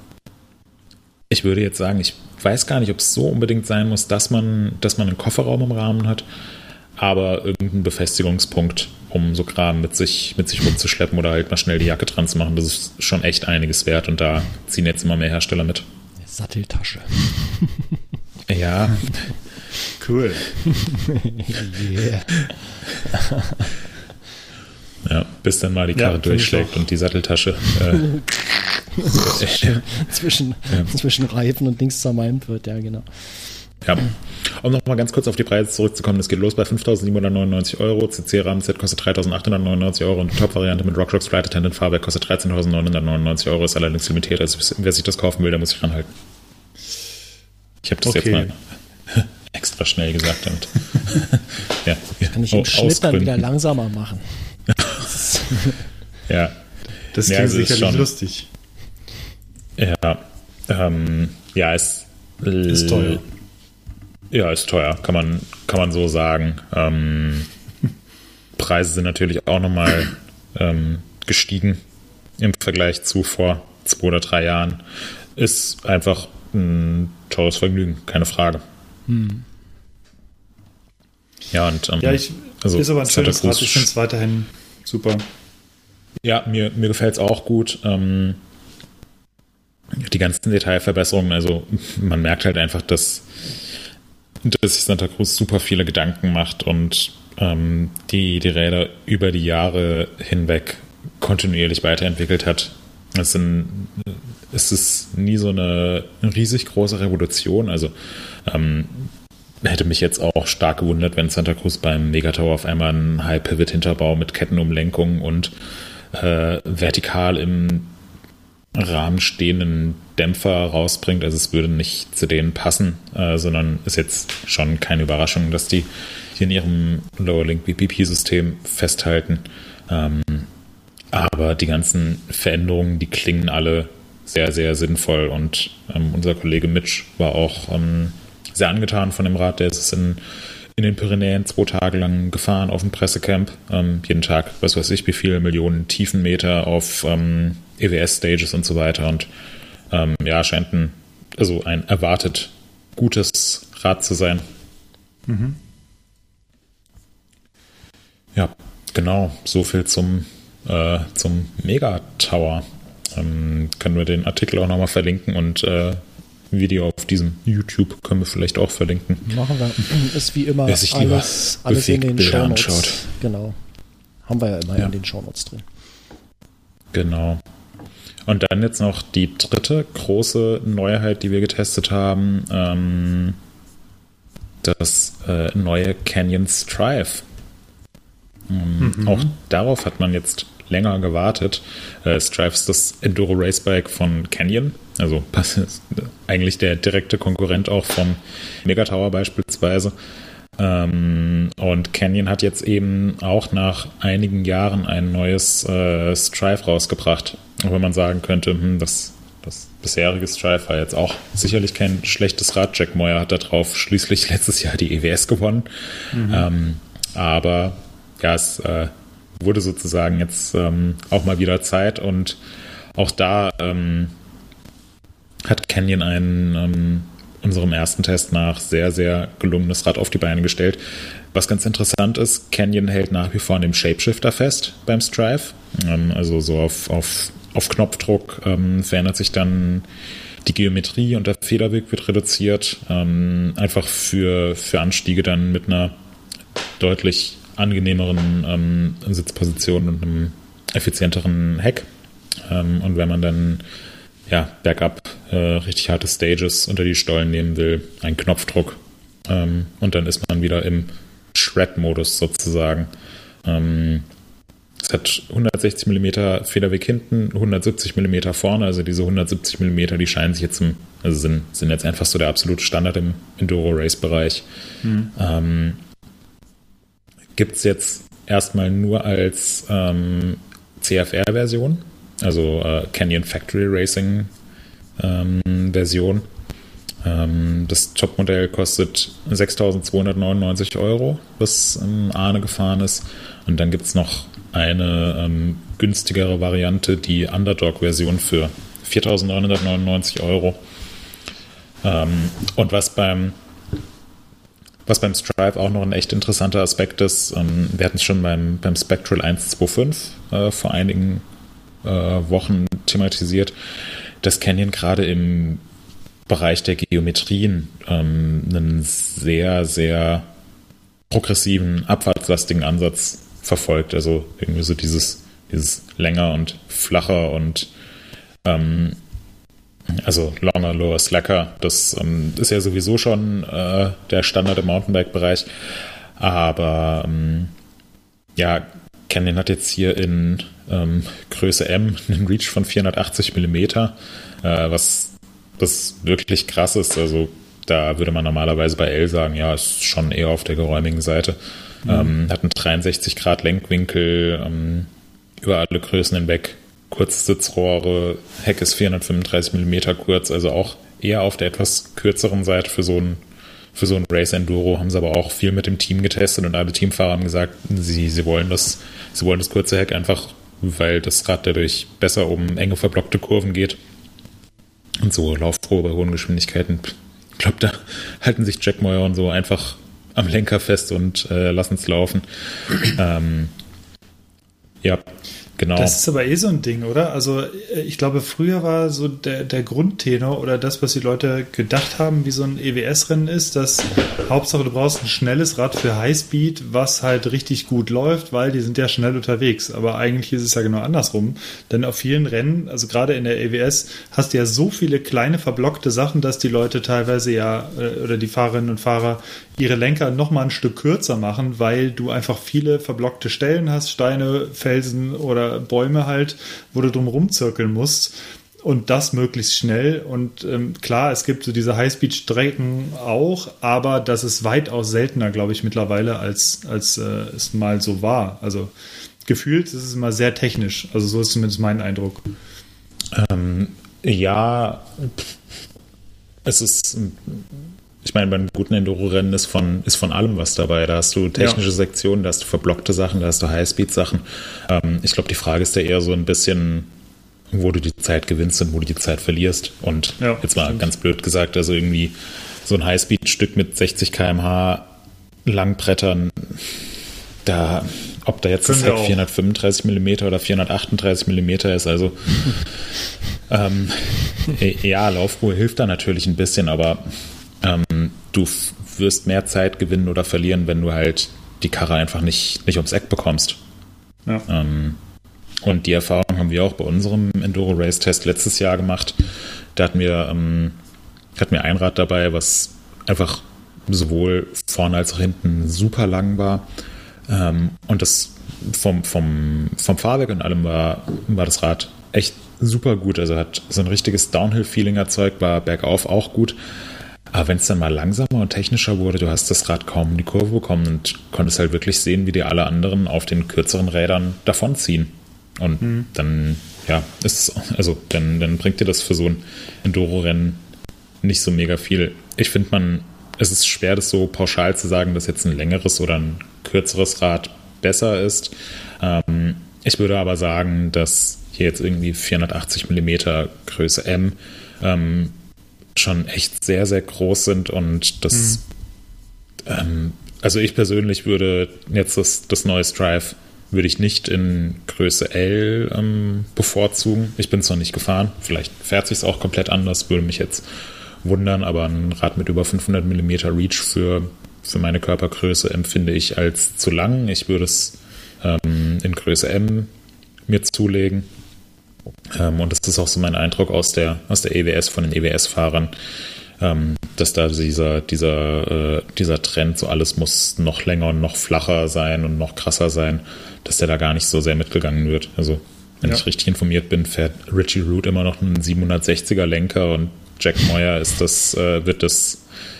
ich würde jetzt sagen, ich weiß gar nicht, ob es so unbedingt sein muss, dass man, dass man einen Kofferraum im Rahmen hat, aber irgendeinen Befestigungspunkt, um so Kram mit sich, mit sich rumzuschleppen oder halt mal schnell die Jacke dran zu machen, das ist schon echt einiges wert und da ziehen jetzt immer mehr Hersteller mit. Satteltasche. Ja. Cool. Yeah. Ja, bis dann mal die Karre ja, durchschlägt und die Satteltasche äh, zwischen, ja. zwischen Reifen und Dings zermalmt wird, ja genau. Ja, um nochmal ganz kurz auf die Preise zurückzukommen, das geht los bei fünftausendsiebenhundertneunundneunzig Euro, C C-Rahmenset kostet dreitausendachthundertneunundneunzig Euro und die Top-Variante mit RockShox Flight Attendant Fahrwerk kostet dreizehntausendneunhundertneunundneunzig Euro, ist allerdings limitiert, also wer sich das kaufen will, der muss sich ranhalten. Ich habe das okay. jetzt mal extra schnell gesagt damit. Ja, das kann ich im oh, Schnitt dann wieder langsamer machen. Ja. Das klingt ja, also sicherlich schon lustig. Ja, ähm, ja, es ist teuer. Ja, ist teuer, kann man, kann man so sagen. Ähm, Preise sind natürlich auch nochmal ähm, gestiegen im Vergleich zu vor zwei oder drei Jahren. Ist einfach ein teures Vergnügen, keine Frage. Hm. Ja, und ähm, ja, ich, also, ist aber ein schönes Rad, ich finde es weiterhin super. Ja, mir, mir gefällt es auch gut. Ähm, die ganzen Detailverbesserungen, also man merkt halt einfach, dass, dass sich Santa Cruz super viele Gedanken macht und ähm, die, die Räder über die Jahre hinweg kontinuierlich weiterentwickelt hat. Es, sind, es ist nie so eine riesig große Revolution, also ähm, hätte mich jetzt auch stark gewundert, wenn Santa Cruz beim Megatower auf einmal einen High-Pivot-Hinterbau mit Kettenumlenkung und äh, vertikal im Rahmen stehenden Dämpfer rausbringt. Also es würde nicht zu denen passen, äh, sondern ist jetzt schon keine Überraschung, dass die hier in ihrem Lower-Link B P P-System festhalten. Ähm, aber die ganzen Veränderungen, die klingen alle sehr, sehr sinnvoll und ähm, unser Kollege Mitch war auch ähm, sehr angetan von dem Rad, der ist in, in den Pyrenäen zwei Tage lang gefahren auf dem Pressecamp. Ähm, jeden Tag, was weiß ich, wie viele Millionen Tiefenmeter auf ähm, E W S-Stages und so weiter. Und ähm, ja, scheint ein, also ein erwartet gutes Rad zu sein. Mhm. Ja, genau. So viel zum, äh, zum Megatower. Ähm, können wir den Artikel auch nochmal verlinken und äh, Video auf diesem YouTube können wir vielleicht auch verlinken. Machen wir. Ist wie immer Wer sich alles, alles in den Bilder Shownotes. anschaut. Genau. Haben wir ja immer ja. in den Shownotes drin. Genau. Und dann jetzt noch die dritte große Neuheit, die wir getestet haben. Ähm, das äh, neue Canyon Strive. Ähm, mhm. Auch darauf hat man jetzt länger gewartet. Äh, Strive ist das Enduro Racebike von Canyon. Also eigentlich der direkte Konkurrent auch vom Megatower beispielsweise. Ähm, und Canyon hat jetzt eben auch nach einigen Jahren ein neues äh, Strive rausgebracht. Auch wenn man sagen könnte, hm, das, das bisherige Strive war jetzt auch sicherlich kein schlechtes Rad. Jack Moyer hat da drauf schließlich letztes Jahr die E W S gewonnen. Mhm. Ähm, aber ja, es äh, wurde sozusagen jetzt ähm, auch mal wieder Zeit und auch da ähm, hat Canyon ein ähm, unserem ersten Test nach sehr, sehr gelungenes Rad auf die Beine gestellt. Was ganz interessant ist, Canyon hält nach wie vor an dem Shapeshifter fest beim Strive. Ähm, also so auf, auf, auf Knopfdruck ähm, verändert sich dann die Geometrie und der Federweg wird reduziert. Ähm, einfach für, für Anstiege dann mit einer deutlich angenehmeren ähm, Sitzposition und einem effizienteren Heck. Ähm, und wenn man dann ja, bergab äh, richtig harte Stages unter die Stollen nehmen will, ein Knopfdruck ähm, und dann ist man wieder im Shred-Modus sozusagen. Ähm, es hat hundertsechzig Millimeter Federweg hinten, hundertsiebzig Millimeter vorne, also diese hundertsiebzig Millimeter, die scheinen sich jetzt im, also sind, sind jetzt einfach so der absolute Standard im Enduro-Race-Bereich. Mhm. Ähm, gibt es jetzt erstmal nur als ähm, C F R-Version, also äh, Canyon Factory Racing ähm, Version. Ähm, das Topmodell kostet sechstausendzweihundertneunundneunzig Euro, was ähm, Arne gefahren ist. Und dann gibt es noch eine ähm, günstigere Variante, die Underdog-Version für viertausendneunhundertneunundneunzig Euro. Ähm, und was beim Was beim Strive auch noch ein echt interessanter Aspekt ist, ähm, wir hatten es schon beim, beim Spectral eins zwei fünf äh, vor einigen äh, Wochen thematisiert, dass Canyon gerade im Bereich der Geometrien ähm, einen sehr, sehr progressiven, abfahrtslastigen Ansatz verfolgt. Also irgendwie so dieses, dieses länger und flacher und ähm, also longer, lower, slacker, das ähm, ist ja sowieso schon äh, der Standard im Mountainbike-Bereich. Aber ähm, ja, Canyon hat jetzt hier in ähm, Größe M einen Reach von vierhundertachtzig Millimeter, äh, was das wirklich krass ist. Also da würde man normalerweise bei L sagen, ja, ist schon eher auf der geräumigen Seite. Mhm. Ähm, hat einen dreiundsechzig Grad Lenkwinkel, ähm, über alle Größen hinweg. Kurze Sitzrohre, Heck ist vierhundertfünfunddreißig Millimeter kurz, also auch eher auf der etwas kürzeren Seite für so ein, für so ein Race Enduro, haben sie aber auch viel mit dem Team getestet und alle Teamfahrer haben gesagt, sie, sie wollen das, sie wollen das kurze Heck einfach, weil das Rad dadurch besser um enge verblockte Kurven geht und so laufprobe bei hohen Geschwindigkeiten. Ich glaube, da halten sich Jack Moyer und so einfach am Lenker fest und äh, lassen es laufen. ähm, ja, genau. Das ist aber eh so ein Ding, oder? Also ich glaube, früher war so der, der Grundtenor oder das, was die Leute gedacht haben, wie so ein E W S-Rennen ist, dass Hauptsache du brauchst ein schnelles Rad für Highspeed, was halt richtig gut läuft, weil die sind ja schnell unterwegs. Aber eigentlich ist es ja genau andersrum. Denn auf vielen Rennen, also gerade in der E W S, hast du ja so viele kleine verblockte Sachen, dass die Leute teilweise ja, oder die Fahrerinnen und Fahrer, ihre Lenker noch mal ein Stück kürzer machen, weil du einfach viele verblockte Stellen hast, Steine, Felsen oder Bäume halt, wo du drum rumzirkeln musst und das möglichst schnell. Und ähm, klar, es gibt so diese Highspeed-Strecken auch, aber das ist weitaus seltener, glaube ich, mittlerweile, als, als äh, es mal so war. Also gefühlt ist es immer sehr technisch. Also so ist zumindest mein Eindruck. Ähm, ja, es ist ich meine, bei einem guten Enduro-Rennen ist von, ist von allem was dabei. Da hast du technische ja. Sektionen, da hast du verblockte Sachen, da hast du Highspeed-Sachen. Ähm, ich glaube, die Frage ist ja eher so ein bisschen, wo du die Zeit gewinnst und wo du die Zeit verlierst. Und ja, jetzt mal stimmt. ganz blöd gesagt, also irgendwie so ein Highspeed-Stück mit sechzig Kilometer pro Stunde Langbrettern, da, ob da jetzt das Heck vierhundertfünfunddreißig Millimeter oder vierhundertachtunddreißig Millimeter ist, also ähm, ja, Laufruhe hilft da natürlich ein bisschen, aber ähm, du f- wirst mehr Zeit gewinnen oder verlieren, wenn du halt die Karre einfach nicht, nicht ums Eck bekommst. Ja. Ähm, und die Erfahrung haben wir auch bei unserem Enduro-Race-Test letztes Jahr gemacht. Da hatten wir, ähm, hatten wir ein Rad dabei, was einfach sowohl vorne als auch hinten super lang war. Ähm, und das vom, vom, vom Fahrwerk und allem war, war das Rad echt super gut. Also hat so ein richtiges Downhill-Feeling erzeugt, war bergauf auch gut. Aber wenn es dann mal langsamer und technischer wurde, du hast das Rad kaum in die Kurve bekommen und konntest halt wirklich sehen, wie die alle anderen auf den kürzeren Rädern davonziehen. Und mhm. dann, ja, ist also dann, dann bringt dir das für so ein Enduro-Rennen nicht so mega viel. Ich finde, man, es ist schwer, das so pauschal zu sagen, dass jetzt ein längeres oder ein kürzeres Rad besser ist. Ähm, ich würde aber sagen, dass hier jetzt irgendwie vierhundertachtzig Millimeter Größe M ähm, schon echt sehr, sehr groß sind und das, mhm. ähm, also ich persönlich würde jetzt das, das neue Strive würde ich nicht in Größe L ähm, bevorzugen. Ich bin es noch nicht gefahren, vielleicht fährt sich es auch komplett anders, würde mich jetzt wundern, aber ein Rad mit über fünfhundert Millimeter Reach für, für meine Körpergröße empfinde ich als zu lang. Ich würde es ähm, in Größe M mir zulegen. Ähm, und das ist auch so mein Eindruck aus der, aus der E W S, von den E W S-Fahrern, ähm, dass da dieser, dieser, äh, dieser Trend, so alles muss noch länger und noch flacher sein und noch krasser sein, dass der da gar nicht so sehr mitgegangen wird. Also, wenn ja. ich richtig informiert bin, fährt Richie Root immer noch einen siebenhundertsechziger Lenker und Jack Moyer ist das, äh, wird das,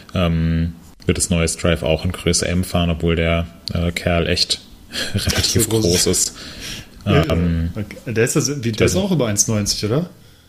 ähm, wird das neue Strive auch in Größe M fahren, obwohl der äh, Kerl echt relativ groß, groß ist. Ja, ähm, der ist, das, wie, der ist auch über eins neunzig, oder?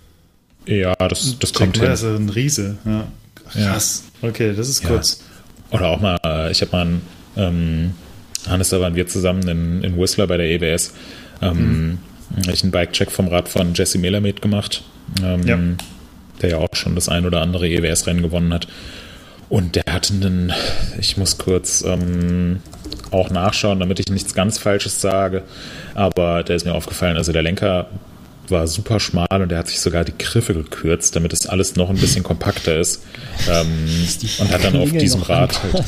Ja, das, das kommt hin. Der ist ein Riese. Ja. Krass. Ja. Okay, das ist kurz. Ja. Oder auch mal, ich habe mal einen, ähm, Hannes, da waren wir zusammen in, in Whistler bei der E W S. Ähm, mhm. Habe ich einen Bike-Check vom Rad von Jesse Melamed gemacht, ähm, ja. der ja auch schon das ein oder andere E W S-Rennen gewonnen hat. Und der hatte einen, ich muss kurz ähm, auch nachschauen, damit ich nichts ganz Falsches sage, aber der ist mir aufgefallen, also der Lenker war super schmal und der hat sich sogar die Griffe gekürzt, damit es alles noch ein bisschen kompakter ist. Ähm, und hat dann auf diesem Rad halt,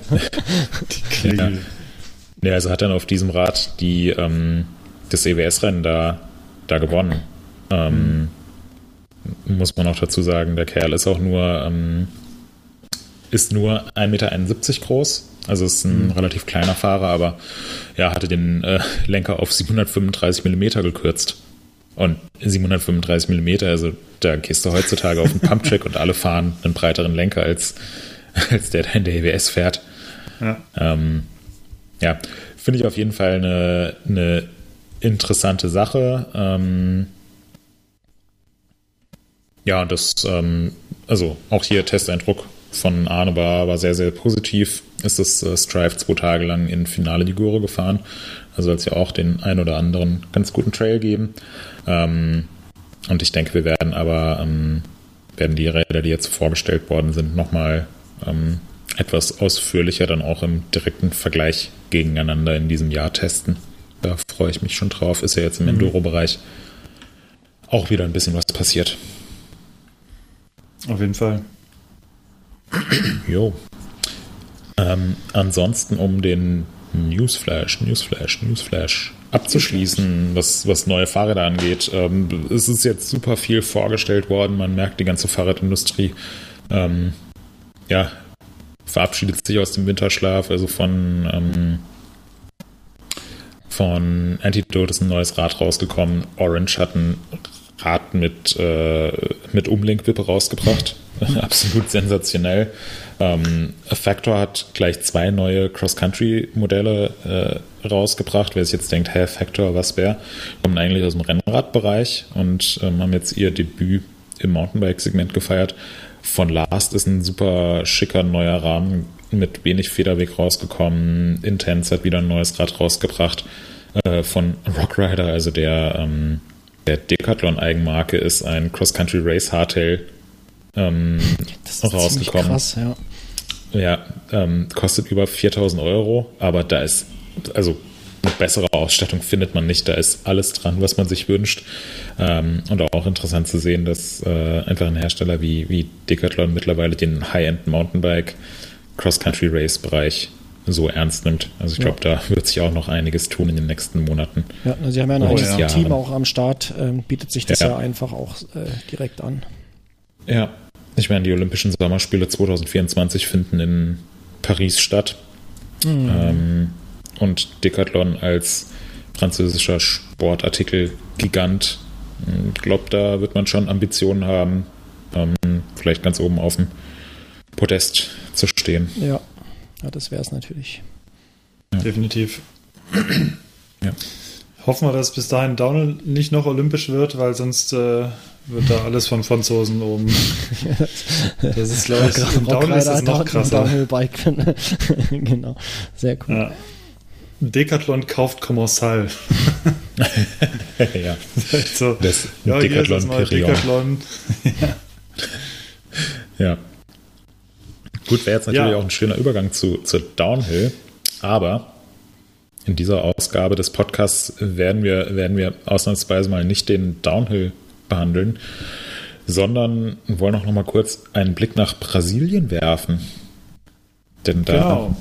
die Klingel. Ja, ja, also hat dann auf diesem Rad die ähm, das E W S-Rennen da, da gewonnen. Ähm, mhm. Muss man auch dazu sagen, der Kerl ist auch nur ähm, ist nur ein Meter einundsiebzig groß, also ist ein mhm. relativ kleiner Fahrer, aber ja, hatte den äh, Lenker auf siebenhundertfünfunddreißig Millimeter gekürzt. Und siebenhundertfünfunddreißig Millimeter, also da gehst du heutzutage auf einen Pumptrack und alle fahren einen breiteren Lenker als, als der, der in der E W S fährt. Ja, ähm, ja finde ich auf jeden Fall eine, eine interessante Sache. Ähm, ja, das, ähm, also auch hier Testeindruck von Arne war, war sehr, sehr positiv. Ist das äh, Strive zwei Tage lang in Finale Ligure gefahren. Also soll es ja auch den ein oder anderen ganz guten Trail geben. Ähm, und ich denke, wir werden aber ähm, werden die Räder, die jetzt vorgestellt worden sind, nochmal ähm, etwas ausführlicher dann auch im direkten Vergleich gegeneinander in diesem Jahr testen. Da freue ich mich schon drauf. Ist ja jetzt im mhm. Enduro-Bereich auch wieder ein bisschen was passiert. Auf jeden Fall. Jo. Ähm, ansonsten, um den Newsflash, Newsflash, Newsflash abzuschließen, was, was neue Fahrräder angeht. Ähm, es ist jetzt super viel vorgestellt worden. Man merkt, die ganze Fahrradindustrie ähm, ja, verabschiedet sich aus dem Winterschlaf. Also von, ähm, von Antidote ist ein neues Rad rausgekommen. Orange hat ein Rad mit, äh, mit Umlenkwippe rausgebracht. Absolut sensationell. Ähm, Factor hat gleich zwei neue Cross-Country-Modelle äh, rausgebracht. Wer sich jetzt denkt, hä, Factor, was wäre? Kommen eigentlich aus dem Rennradbereich und ähm, haben jetzt ihr Debüt im Mountainbike-Segment gefeiert. Von Last ist ein super schicker neuer Rahmen mit wenig Federweg rausgekommen. Intense hat wieder ein neues Rad rausgebracht. Äh, von Rock Rider, also der, ähm, der Decathlon-Eigenmarke, ist ein Cross-Country Race Hardtail ähm, das ist rausgekommen. Krass, ja. Ja, ähm, kostet über viertausend Euro, aber da ist, also eine bessere Ausstattung findet man nicht. Da ist alles dran, was man sich wünscht. Ähm, und auch interessant zu sehen, dass äh, einfach ein Hersteller wie, wie Decathlon mittlerweile den High-End Mountainbike Cross-Country-Race-Bereich so ernst nimmt. Also ich glaube, ja. da wird sich auch noch einiges tun in den nächsten Monaten. Ja, Sie haben ja ein Oh, eigenes ja. Team auch am Start, ähm, bietet sich das ja, Ja. ja einfach auch äh, direkt an. Ja, ich meine, die Olympischen Sommerspiele zwanzig vierundzwanzig finden in Paris statt. Mhm. Ähm, und Decathlon als französischer Sportartikel-Gigant, ich glaube, da wird man schon Ambitionen haben, ähm, vielleicht ganz oben auf dem Podest zu stehen. Ja, ja das wäre es natürlich. Ja. Definitiv. Ja. Hoffen wir, dass bis dahin Downhill nicht noch olympisch wird, weil sonst äh, wird da alles von Franzosen oben. Das ist, glaube ich, im Downhill ist das noch krasser. Downhill-Bike. Genau, sehr cool. Ja. Decathlon kauft Commensal. Ja, so, das ja, Decathlon Perion. Decathlon. Ja. Ja. Gut, wäre jetzt natürlich Ja. auch ein schöner Übergang zu, zu Downhill, aber in dieser Ausgabe des Podcasts werden wir, werden wir ausnahmsweise mal nicht den Downhill behandeln, sondern wollen auch noch mal kurz einen Blick nach Brasilien werfen. Denn da Genau.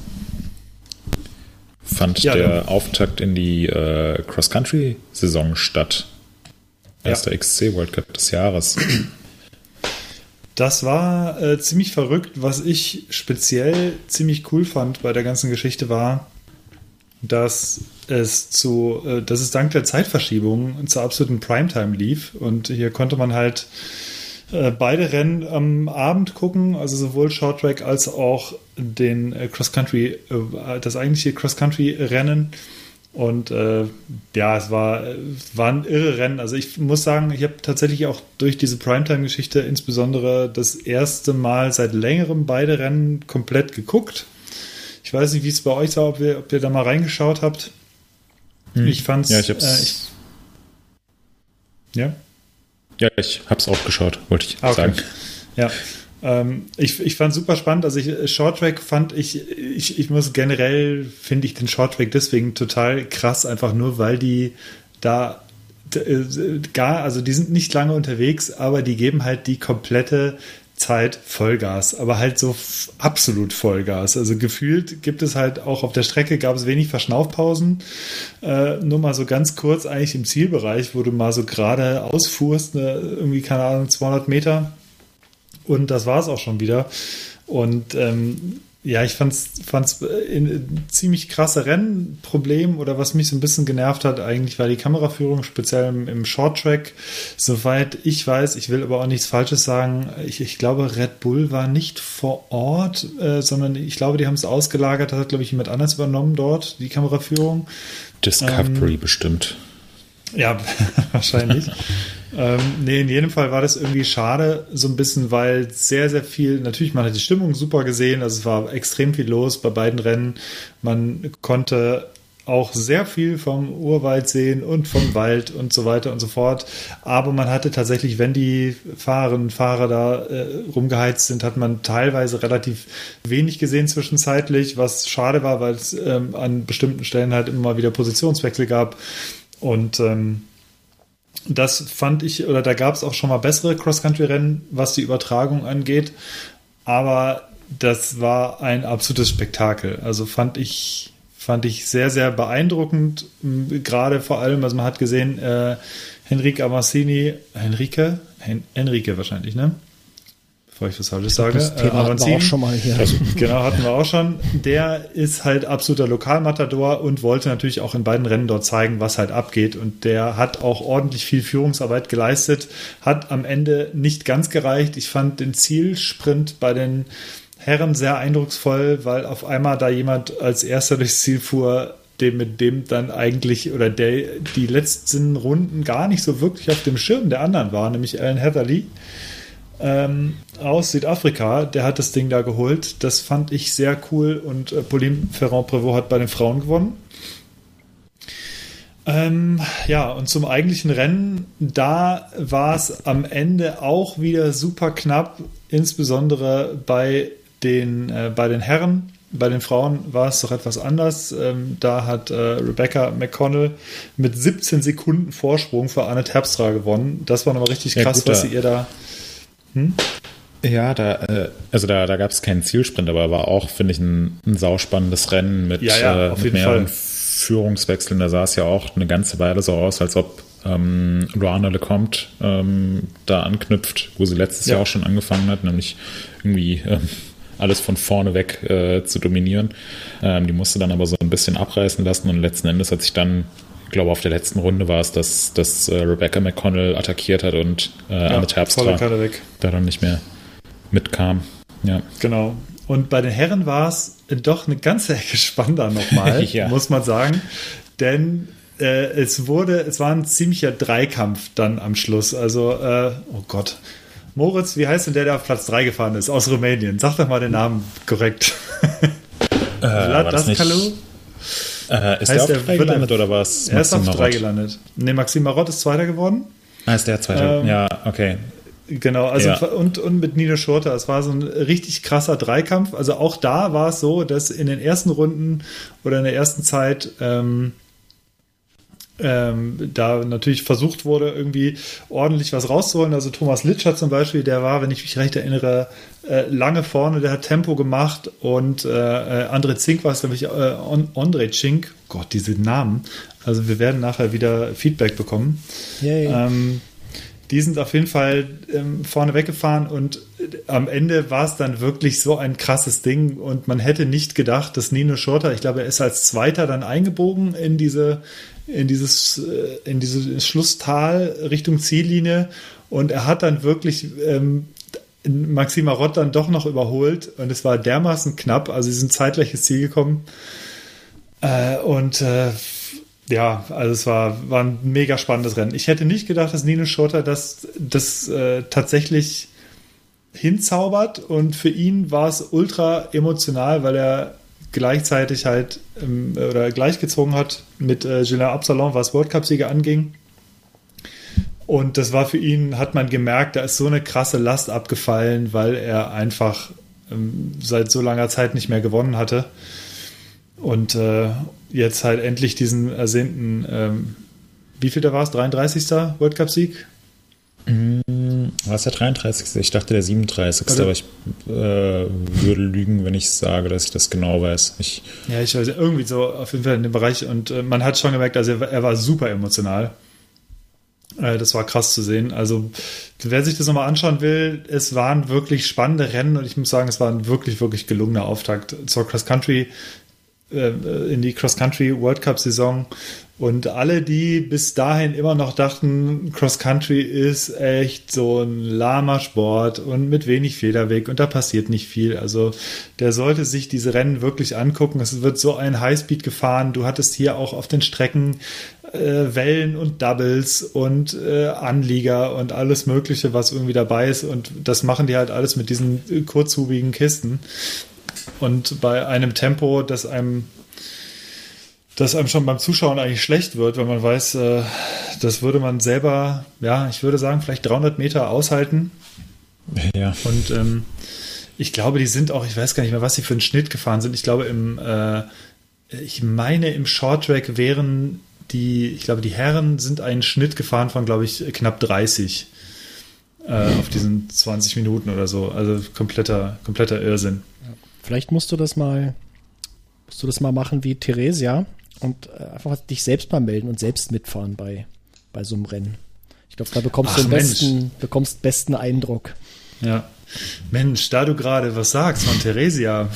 fand Ja, der dann- Auftakt in die äh, Cross-Country-Saison statt. Ja. Erster X C World Cup des Jahres. Das war äh, ziemlich verrückt. Was ich speziell ziemlich cool fand bei der ganzen Geschichte war, dass es zu, äh, dass es dank der Zeitverschiebung zur absoluten Primetime lief. Und hier konnte man halt äh, beide Rennen am Abend gucken, also sowohl Short Track als auch den äh, Cross Country, äh, das eigentliche Cross Country Rennen. Und äh, ja, es war, war ein irre Rennen. Also ich muss sagen, ich habe tatsächlich auch durch diese Primetime-Geschichte insbesondere das erste Mal seit längerem beide Rennen komplett geguckt. Ich weiß nicht, wie es bei euch war, ob ihr, ob ihr da mal reingeschaut habt. Hm. Ich fand's. Ja, ich hab's. Äh, ich, ja? Ja, ich hab's auch geschaut, wollte ich Ah, okay. sagen. Ja. Ähm, ich, ich fand super spannend. Also ich, Shorttrack fand ich, ich, ich muss generell, finde ich den Shorttrack deswegen total krass, einfach nur, weil die da d- gar, also die sind nicht lange unterwegs, aber die geben halt die komplette Zeit Vollgas, aber halt so f- absolut Vollgas. Also gefühlt gibt es halt auch auf der Strecke gab es wenig Verschnaufpausen. Äh, nur mal so ganz kurz eigentlich im Zielbereich, wo du mal so gerade ausfuhrst, ne, irgendwie, keine Ahnung, zweihundert Meter. Und das war es auch schon wieder. Und ähm, ja, ich fand es ein ziemlich krasse Rennproblem oder was mich so ein bisschen genervt hat, eigentlich war die Kameraführung, speziell im, im Short-Track. Soweit ich weiß, ich will aber auch nichts Falsches sagen, ich, ich glaube, Red Bull war nicht vor Ort, äh, sondern ich glaube, die haben es ausgelagert, das hat, glaube ich, jemand anders übernommen dort, die Kameraführung. Discovery Ähm, bestimmt. Ja, wahrscheinlich. ähm, nee, in jedem Fall war das irgendwie schade, so ein bisschen, weil sehr, sehr viel, natürlich, man hat die Stimmung super gesehen, also es war extrem viel los bei beiden Rennen. Man konnte auch sehr viel vom Urwald sehen und vom Wald und so weiter und so fort. Aber man hatte tatsächlich, wenn die Fahrerinnen und Fahrer da äh, rumgeheizt sind, hat man teilweise relativ wenig gesehen zwischenzeitlich, was schade war, weil es ähm, an bestimmten Stellen halt immer mal wieder Positionswechsel gab. Und ähm, das fand ich, oder da gab es auch schon mal bessere Cross-Country-Rennen, was die Übertragung angeht. Aber das war ein absolutes Spektakel. Also fand ich, fand ich sehr, sehr beeindruckend. Gerade vor allem, also man hat gesehen, äh, Henrique Avancini, Henrique? Hen, Henrique wahrscheinlich, ne? Bevor ich was Falsches sage. Das Thema hatten wir auch schon mal hier. Also, genau, hatten wir auch schon. Der ist halt absoluter Lokalmatador und wollte natürlich auch in beiden Rennen dort zeigen, was halt abgeht. Und der hat auch ordentlich viel Führungsarbeit geleistet, hat am Ende nicht ganz gereicht. Ich fand den Zielsprint bei den Herren sehr eindrucksvoll, weil auf einmal da jemand als erster durchs Ziel fuhr, dem mit dem dann eigentlich, oder der die letzten Runden gar nicht so wirklich auf dem Schirm der anderen war, nämlich Alan Hatherley. ähm, aus Südafrika, der hat das Ding da geholt. Das fand ich sehr cool und äh, Pauline Ferrand-Prévot hat bei den Frauen gewonnen. Ähm, ja, und zum eigentlichen Rennen, da war es am Ende auch wieder super knapp, insbesondere bei den, äh, bei den Herren. Bei den Frauen war es doch etwas anders. Ähm, da hat äh, Rebecca McConnell mit siebzehn Sekunden Vorsprung für Anne Terpstra gewonnen. Das war nochmal richtig krass, ja, gut, was sie ihr da... Hm? Ja, da, äh, also da, da gab es keinen Zielsprint, aber war auch, finde ich, ein, ein sauspannendes Rennen mit, ja, ja, auf äh, mit jeden mehreren Fall. Führungswechseln. Da sah es ja auch eine ganze Weile so aus, als ob ähm, Luana Lecomte ähm, da anknüpft, wo sie letztes ja. Jahr auch schon angefangen hat, nämlich irgendwie... Ähm, alles von vorne weg äh, zu dominieren. Ähm, die musste dann aber so ein bisschen abreißen lassen und letzten Endes hat sich dann, ich glaube auf der letzten Runde war es, dass, dass äh, Rebecca McConnell attackiert hat und äh, ja, Anne Terpstra da dann nicht mehr mitkam. Ja. Genau. Und bei den Herren war es doch eine ganze Ecke spannender nochmal, ja. muss man sagen. Denn äh, es wurde, es war ein ziemlicher Dreikampf dann am Schluss. Also, äh, oh Gott, Moritz, wie heißt denn der, der auf Platz drei gefahren ist, aus Rumänien? Sag doch mal den Namen korrekt. Äh, war das nicht, äh, ist der auf drei gelandet oder war es Er ist auf drei gelandet. Ne, Maxime Marot ist Zweiter geworden. Ah, ist der Zweiter? Ähm, ja, okay. Genau, also ja. und, und mit Nino Schurter. Es war so ein richtig krasser Dreikampf. Also auch da war es so, dass in den ersten Runden oder in der ersten Zeit ähm, Ähm, da natürlich versucht wurde, irgendwie ordentlich was rauszuholen. Also Thomas Litscher zum Beispiel, der war, wenn ich mich recht erinnere, äh, lange vorne, der hat Tempo gemacht und äh, André Zink war es, glaube ich, äh, André Zink. Gott, diese Namen. Also wir werden nachher wieder Feedback bekommen. Ähm, die sind auf jeden Fall ähm, vorne weggefahren und am Ende war es dann wirklich so ein krasses Ding und man hätte nicht gedacht, dass Nino Schurter, ich glaube, er ist als Zweiter dann eingebogen in diese in dieses, in dieses Schlusstal Richtung Ziellinie und er hat dann wirklich ähm, Maxime Marot dann doch noch überholt und es war dermaßen knapp, also sie sind zeitgleich ins Ziel gekommen äh, und äh, ja, also es war, war ein mega spannendes Rennen. Ich hätte nicht gedacht, dass Nino Schurter das, das äh, tatsächlich hinzaubert und für ihn war es ultra emotional, weil er gleichzeitig halt ähm, oder gleichgezogen hat mit äh, Julien Absalon, was World Cup-Sieger anging. Und das war für ihn, hat man gemerkt, da ist so eine krasse Last abgefallen, weil er einfach ähm, seit so langer Zeit nicht mehr gewonnen hatte. Und äh, jetzt halt endlich diesen ersehnten, ähm, wie viel da war es? dreiunddreißigster World Cup-Sieg? War es der dreiunddreißigste? Ich dachte der siebenunddreißigste Also, aber ich äh, würde lügen, wenn ich sage, dass ich das genau weiß. Ich ja, ich weiß irgendwie so auf jeden Fall in dem Bereich und äh, man hat schon gemerkt, also er, er war super emotional. Äh, das war krass zu sehen. Also wer sich das nochmal anschauen will, es waren wirklich spannende Rennen und ich muss sagen, es war ein wirklich, wirklich gelungener Auftakt zur Cross-Country äh, in die Cross-Country World Cup-Saison. Und alle, die bis dahin immer noch dachten, Cross-Country ist echt so ein lahmer Sport und mit wenig Federweg und da passiert nicht viel. Also der sollte sich diese Rennen wirklich angucken. Es wird so ein Highspeed gefahren. Du hattest hier auch auf den Strecken äh, Wellen und Doubles und äh, Anlieger und alles Mögliche, was irgendwie dabei ist. Und das machen die halt alles mit diesen kurzhubigen Kisten. Und bei einem Tempo, das einem dass einem schon beim Zuschauen eigentlich schlecht wird, wenn man weiß, äh, das würde man selber, ja, ich würde sagen, vielleicht dreihundert Meter aushalten. Ja. Und ähm, ich glaube, die sind auch, ich weiß gar nicht mehr, was sie für einen Schnitt gefahren sind. Ich glaube, im, äh, ich meine, im Shorttrack wären die, ich glaube, die Herren sind einen Schnitt gefahren von, glaube ich, knapp dreißig äh, auf diesen zwanzig Minuten oder so. Also kompletter, kompletter Irrsinn. Vielleicht musst du das mal, musst du das mal machen wie Theresia. Und einfach dich selbst mal melden und selbst mitfahren bei, bei so einem Rennen. Ich glaube, da bekommst Ach, du den besten, bekommst besten Eindruck. Ja. Mensch, da du gerade was sagst von Theresia.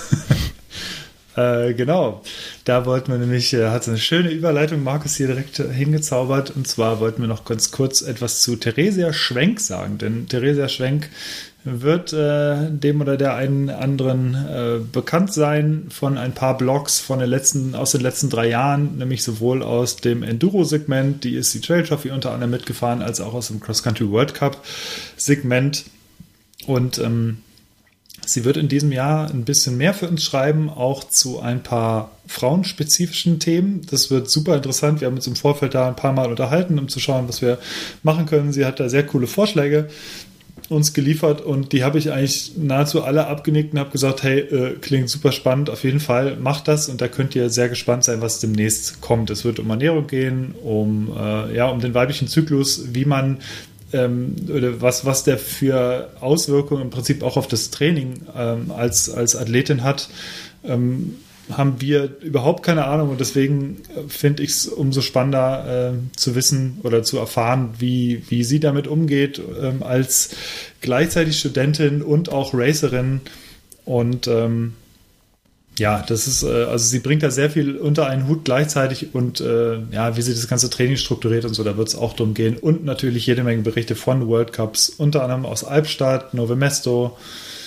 äh, genau. Da wollten wir nämlich, äh, hat eine schöne Überleitung Markus hier direkt hingezaubert. Und zwar wollten wir noch ganz kurz etwas zu Theresia Schwenk sagen. Denn Theresia Schwenk wird äh, dem oder der einen anderen äh, bekannt sein von ein paar Blogs von den letzten, aus den letzten drei Jahren, nämlich sowohl aus dem Enduro-Segment, die ist die Trail Trophy unter anderem mitgefahren, als auch aus dem Cross-Country World Cup-Segment. Und ähm, sie wird in diesem Jahr ein bisschen mehr für uns schreiben, auch zu ein paar frauenspezifischen Themen. Das wird super interessant. Wir haben uns im Vorfeld da ein paar Mal unterhalten, um zu schauen, was wir machen können. Sie hat da sehr coole Vorschläge uns geliefert und die habe ich eigentlich nahezu alle abgenickt und habe gesagt, hey, äh, klingt super spannend, auf jeden Fall, macht das und da könnt ihr sehr gespannt sein, was demnächst kommt. Es wird um Ernährung gehen, um, äh, ja, um den weiblichen Zyklus, wie man ähm, oder was, was der für Auswirkungen im Prinzip auch auf das Training ähm, als, als Athletin hat, ähm, haben wir überhaupt keine Ahnung und deswegen finde ich es umso spannender äh, zu wissen oder zu erfahren, wie, wie sie damit umgeht ähm, als gleichzeitig Studentin und auch Racerin und ähm, ja, das ist, äh, also sie bringt da sehr viel unter einen Hut gleichzeitig und äh, ja, wie sie das ganze Training strukturiert und so, da wird es auch drum gehen und natürlich jede Menge Berichte von World Cups, unter anderem aus Albstadt, Nove Mesto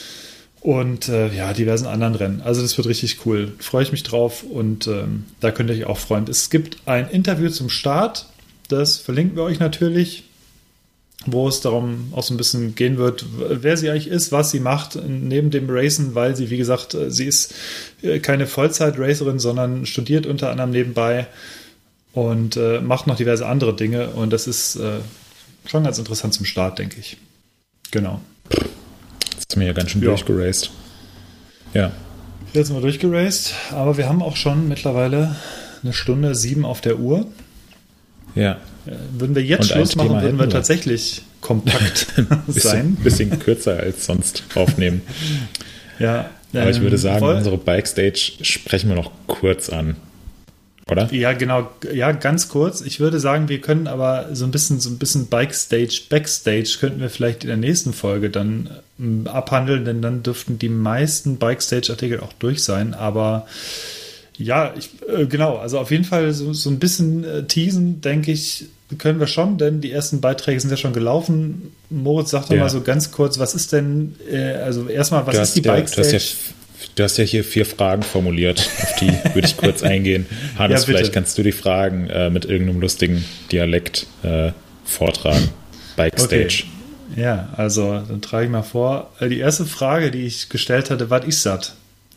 und äh, ja, diversen anderen Rennen. Also das wird richtig cool. Freue ich mich drauf und ähm, da könnt ihr euch auch freuen. Es gibt ein Interview zum Start, das verlinken wir euch natürlich, wo es darum auch so ein bisschen gehen wird, wer sie eigentlich ist, was sie macht neben dem Racen, weil sie, wie gesagt, sie ist keine Vollzeit-Racerin, sondern studiert unter anderem nebenbei und äh, macht noch diverse andere Dinge und das ist äh, schon ganz interessant zum Start, denke ich. Genau. Jetzt sind wir ja ganz schön ja. durchgeraced. Ja. Jetzt sind wir durchgeraced, aber wir haben auch schon mittlerweile eine Stunde sieben auf der Uhr. Ja. Würden wir jetzt Schluss machen, würden wir tatsächlich kompakt sein. Ein bisschen kürzer als sonst aufnehmen. Ja. Aber ähm, ich würde sagen, voll. Unsere Bike-Stage sprechen wir noch kurz an. Oder? Ja, genau. Ja, ganz kurz. Ich würde sagen, wir können aber so ein bisschen, so ein bisschen Bike-Stage, Backstage könnten wir vielleicht in der nächsten Folge dann ähm, abhandeln, denn dann dürften die meisten Bike-Stage-Artikel auch durch sein. Aber ja, ich, äh, genau. Also auf jeden Fall so, so ein bisschen äh, teasen, denke ich, können wir schon, denn die ersten Beiträge sind ja schon gelaufen. Moritz, sag doch ja. mal so ganz kurz, was ist denn, äh, also erstmal, was ist die ja, Bike-Stage? Du hast, ja, du hast ja hier vier Fragen formuliert, auf die würde ich kurz eingehen. Hannes, ja, vielleicht kannst du die Fragen äh, mit irgendeinem lustigen Dialekt äh, vortragen. Bike-Stage. Okay. Ja, also dann trage ich mal vor. Die erste Frage, die ich gestellt hatte, was ist das?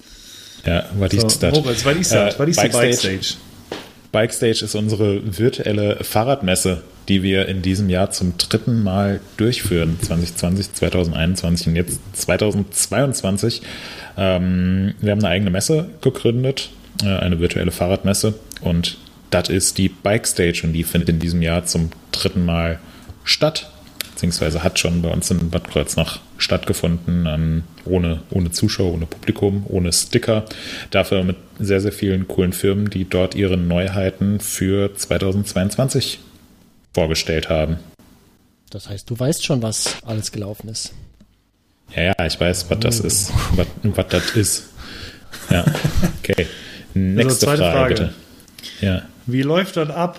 Ja, was ist so, das? Moritz, was ist das? Was ist die Bike-Stage? Bike-Stage ist unsere virtuelle Fahrradmesse, die wir in diesem Jahr zum dritten Mal durchführen. zwanzig zwanzig, zwanzig einundzwanzig und jetzt zwanzig zweiundzwanzig. Ähm, wir haben eine eigene Messe gegründet, äh, eine virtuelle Fahrradmesse. Und das ist die Bike-Stage und die findet in diesem Jahr zum dritten Mal statt. Beziehungsweise hat schon bei uns in Bad Kreuznach stattgefunden, ähm, ohne, ohne Zuschauer, ohne Publikum, ohne Sticker. Dafür mit sehr, sehr vielen coolen Firmen, die dort ihre Neuheiten für zwanzig zweiundzwanzig vorgestellt haben. Das heißt, du weißt schon, was alles gelaufen ist. Ja, ja, ich weiß, was das ist. Was, was das ist. Ja, okay. Nächste also, Frage, Frage, bitte. Ja. Wie läuft das ab?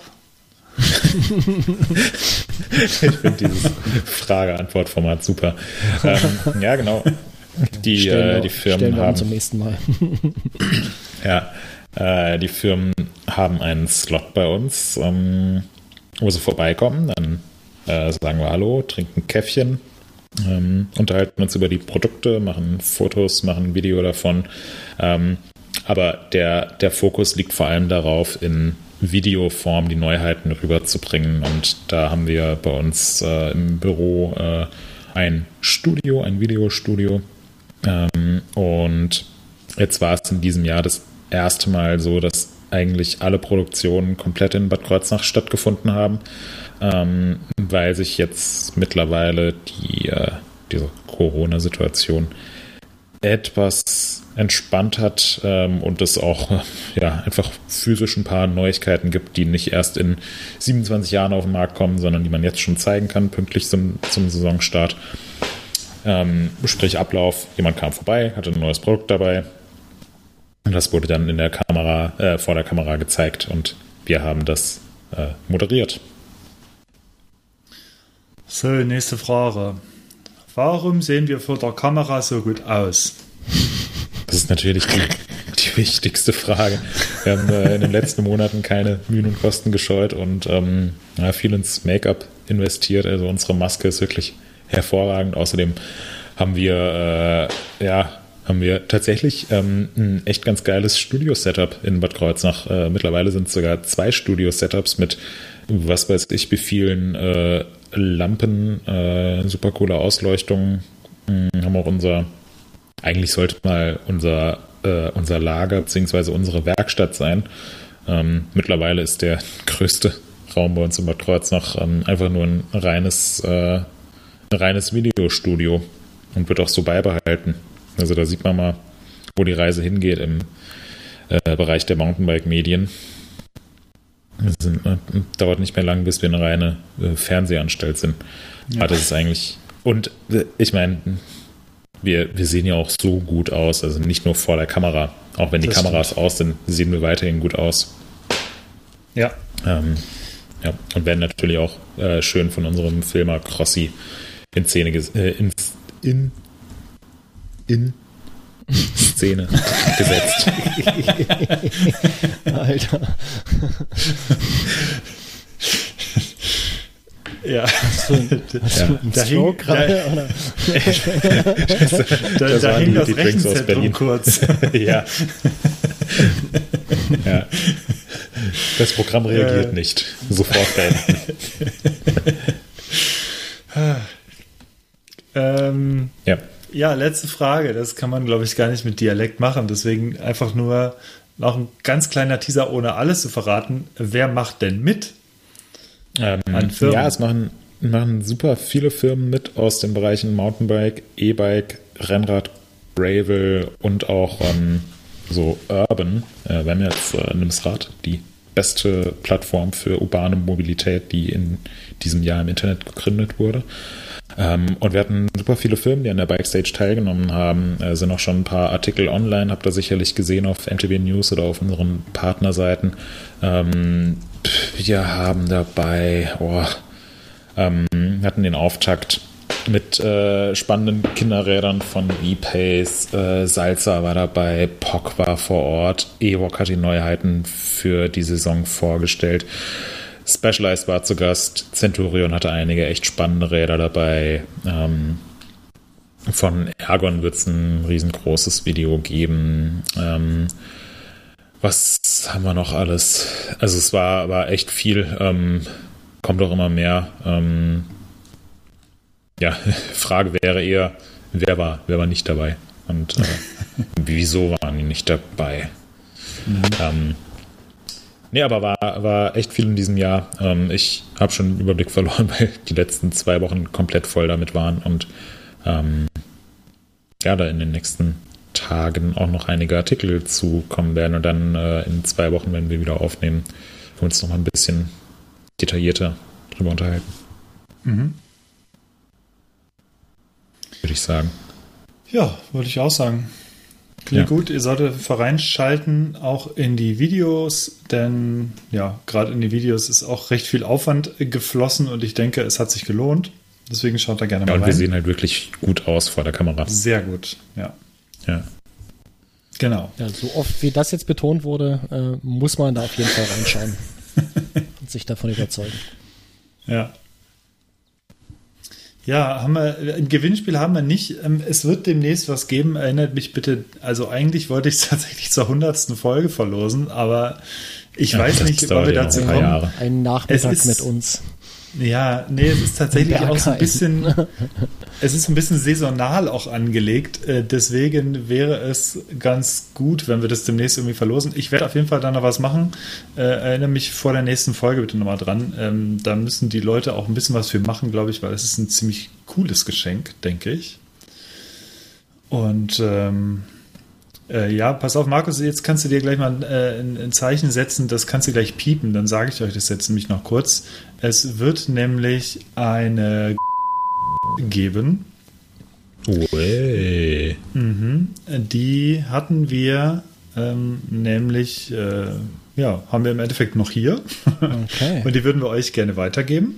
Ich finde dieses Frage-Antwort-Format super. Ähm, ja, genau. Die, äh, die Firmen haben zum nächsten Mal. ja, äh, die Firmen haben einen Slot bei uns, ähm, wo sie vorbeikommen. Dann äh, sagen wir Hallo, trinken ein Käffchen, ähm, unterhalten uns über die Produkte, machen Fotos, machen ein Video davon. Ähm, aber der, der Fokus liegt vor allem darauf, in Videoform die Neuheiten rüberzubringen. Und da haben wir bei uns äh, im Büro äh, ein Studio, ein Videostudio. Ähm, und jetzt war es in diesem Jahr das erste Mal so, dass eigentlich alle Produktionen komplett in Bad Kreuznach stattgefunden haben, ähm, weil sich jetzt mittlerweile die, äh, diese Corona-Situation etwas entspannt hat ähm, und es auch äh, ja, einfach physisch ein paar Neuigkeiten gibt, die nicht erst in siebenundzwanzig Jahren auf den Markt kommen, sondern die man jetzt schon zeigen kann, pünktlich zum, zum Saisonstart. Ähm, sprich Ablauf, jemand kam vorbei, hatte ein neues Produkt dabei und das wurde dann in der Kamera, äh, vor der Kamera gezeigt und wir haben das äh, moderiert. So, nächste Frage. Warum sehen wir vor der Kamera so gut aus? Das ist natürlich die, die wichtigste Frage. Wir haben äh, in den letzten Monaten keine Mühen und Kosten gescheut und ähm, ja, viel ins Make-up investiert. Also unsere Maske ist wirklich hervorragend. Außerdem haben wir, äh, ja, haben wir tatsächlich ähm, ein echt ganz geiles Studio-Setup in Bad Kreuznach. Äh, mittlerweile sind es sogar zwei Studio-Setups mit, was weiß ich, wie vielen äh, Lampen, äh, super coole Ausleuchtung. Mhm, haben auch unser, eigentlich sollte mal unser, äh, unser Lager bzw. unsere Werkstatt sein. Ähm, mittlerweile ist der größte Raum bei uns in Bad Kreuznach ähm, einfach nur ein reines, äh, ein reines Videostudio und wird auch so beibehalten. Also da sieht man mal, wo die Reise hingeht im äh, Bereich der Mountainbike-Medien. Es äh, dauert nicht mehr lang, bis wir eine reine äh, Fernsehanstalt sind. Ja. Aber das ist eigentlich... Und äh, ich meine, wir, wir sehen ja auch so gut aus, also nicht nur vor der Kamera. Auch wenn die das Kameras stimmt. aus sind, sehen wir weiterhin gut aus. Ja. Ähm, ja. Und werden natürlich auch äh, schön von unserem Filmer Crossi in Szene ges- äh, in, in in Szene gesetzt. Alter. Ja. Hast du, hast ja. du einen da Stroke hing, gerade? Oder? da das da hing das die Drinks aus Berlin kurz. ja. ja. Das Programm reagiert äh. nicht. Sofort beenden. ähm, ja. Ja, letzte Frage. Das kann man, glaube ich, gar nicht mit Dialekt machen. Deswegen einfach nur noch ein ganz kleiner Teaser, ohne alles zu verraten. Wer macht denn mit? Ähm, ja, es machen, machen super viele Firmen mit aus den Bereichen Mountainbike, E-Bike, Rennrad, Gravel und auch ähm, so Urban. Äh, wir haben jetzt äh, Nimsrad, die beste Plattform für urbane Mobilität, die in diesem Jahr im Internet gegründet wurde. Ähm, und wir hatten super viele Firmen, die an der Bike Stage teilgenommen haben. Es äh, sind auch schon ein paar Artikel online, habt ihr sicherlich gesehen auf M T B News oder auf unseren Partnerseiten. Ähm, wir haben dabei, oh, ähm, hatten den Auftakt mit äh, spannenden Kinderrädern von E-Pace, äh, Salza war dabei, P O C war vor Ort, Ewok hat die Neuheiten für die Saison vorgestellt. Specialized war zu Gast, Centurion hatte einige echt spannende Räder dabei. Ähm, von Ergon wird es ein riesengroßes Video geben. Ähm, was haben wir noch alles? Also es war, war echt viel, ähm, kommt auch immer mehr. Ähm, ja, Frage wäre eher, wer war, wer war nicht dabei? Und äh, wieso waren die nicht dabei? Mhm. Ähm, Nee, aber war, war echt viel in diesem Jahr. Ähm, ich habe schon den Überblick verloren, weil die letzten zwei Wochen komplett voll damit waren und ähm, ja, da in den nächsten Tagen auch noch einige Artikel zu kommen werden und dann äh, in zwei Wochen, wenn wir wieder aufnehmen, wir uns noch mal ein bisschen detaillierter drüber unterhalten. Mhm. Würde ich sagen. Ja, würde ich auch sagen. Klingt ja. gut, ihr solltet reinschalten, auch in die Videos, denn ja, gerade in die Videos ist auch recht viel Aufwand geflossen und ich denke, es hat sich gelohnt. Deswegen schaut da gerne ja, mal rein. Und wir sehen halt wirklich gut aus vor der Kamera. Sehr gut, ja. Ja. Genau. Ja, so oft wie das jetzt betont wurde, äh, muss man da auf jeden Fall reinschauen und sich davon überzeugen. Ja. Ja, haben wir, ein Gewinnspiel haben wir nicht. Es wird demnächst was geben. Erinnert mich bitte, also eigentlich wollte ich es tatsächlich zur hundertsten Folge verlosen, aber ich ja, weiß nicht, wann wir dazu kommen. Jahre. Ein Nachmittag ist, mit uns. Ja, nee, es ist tatsächlich auch so ein bisschen, es ist ein bisschen saisonal auch angelegt. Deswegen wäre es ganz gut, wenn wir das demnächst irgendwie verlosen. Ich werde auf jeden Fall da noch was machen. Äh, erinnere mich vor der nächsten Folge bitte nochmal dran. Ähm, da müssen die Leute auch ein bisschen was für machen, glaube ich, weil es ist ein ziemlich cooles Geschenk, denke ich. Und ähm, äh, ja, pass auf, Markus, jetzt kannst du dir gleich mal äh, ein, ein Zeichen setzen, das kannst du gleich piepen, dann sage ich euch das jetzt nämlich noch kurz. Es wird nämlich eine geben. Ue. Mhm. Die hatten wir ähm, nämlich, äh, ja, haben wir im Endeffekt noch hier. Okay. Und die würden wir euch gerne weitergeben.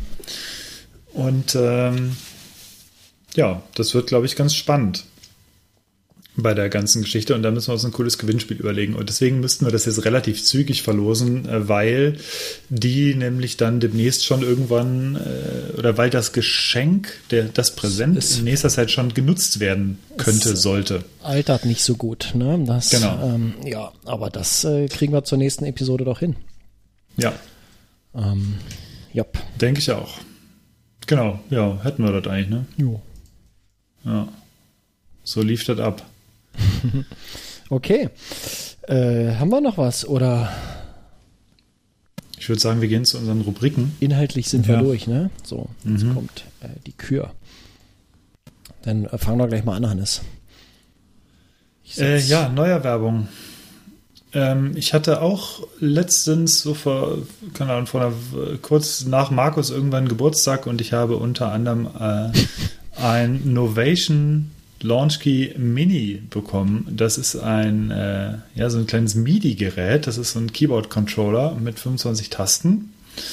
Und ähm, ja, das wird, glaube ich, ganz spannend. bei der ganzen Geschichte und da müssen wir uns ein cooles Gewinnspiel überlegen und deswegen müssten wir das jetzt relativ zügig verlosen, weil die nämlich dann demnächst schon irgendwann oder weil das Geschenk, der, das Präsent in nächster Zeit schon genutzt werden könnte, sollte. Altert nicht so gut, ne? Das, genau. Ähm, ja, aber das äh, kriegen wir zur nächsten Episode doch hin. Ja. Ähm, jop. Denke ich auch. Genau, ja, hätten wir das eigentlich, ne? Jo. Ja. So lief das ab. Okay. Äh, haben wir noch was? Oder? Ich würde sagen, wir gehen zu unseren Rubriken. Inhaltlich sind ja. wir durch, ne? So, jetzt mhm. kommt äh, die Kür. Dann äh, fangen wir gleich mal an, Hannes. Äh, ja, Neuerwerbung. Ähm, ich hatte auch letztens, so vor, keine Ahnung, vor einer, kurz nach Markus irgendwann Geburtstag und ich habe unter anderem äh, ein Novation Launchkey Mini bekommen. Das ist ein, äh, ja, so ein kleines MIDI-Gerät. Das ist so ein Keyboard-Controller mit fünfundzwanzig Tasten.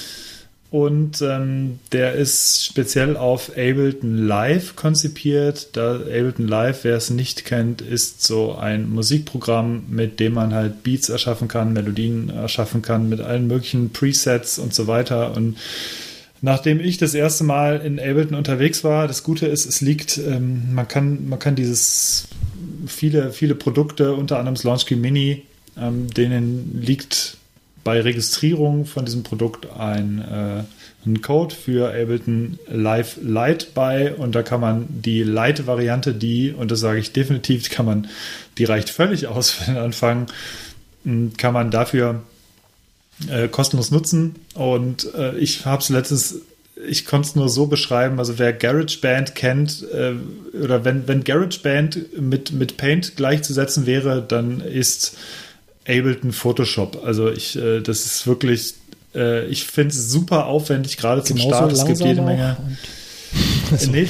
Und ähm, der ist speziell auf Ableton Live konzipiert. Da Ableton Live, wer es nicht kennt, ist so ein Musikprogramm, mit dem man halt Beats erschaffen kann, Melodien erschaffen kann, mit allen möglichen Presets und so weiter. Und nachdem ich das erste Mal in Ableton unterwegs war, das Gute ist, es liegt, ähm, man kann, man kann dieses viele, viele Produkte, unter anderem das Launchkey Mini, ähm, denen liegt bei Registrierung von diesem Produkt ein, äh, ein Code für Ableton Live Lite bei und da kann man die Lite-Variante, die, und das sage ich definitiv, kann man, die reicht völlig aus für den Anfang, kann man dafür Äh, kostenlos nutzen und äh, ich habe es letztens, ich konnte es nur so beschreiben, also wer GarageBand kennt äh, oder wenn, wenn GarageBand mit, mit Paint gleichzusetzen wäre, dann ist Ableton Photoshop. Also ich, äh, das ist wirklich, äh, ich finde es super aufwendig, gerade zum Genauso Start. Es gibt jede Menge. Also. Nee,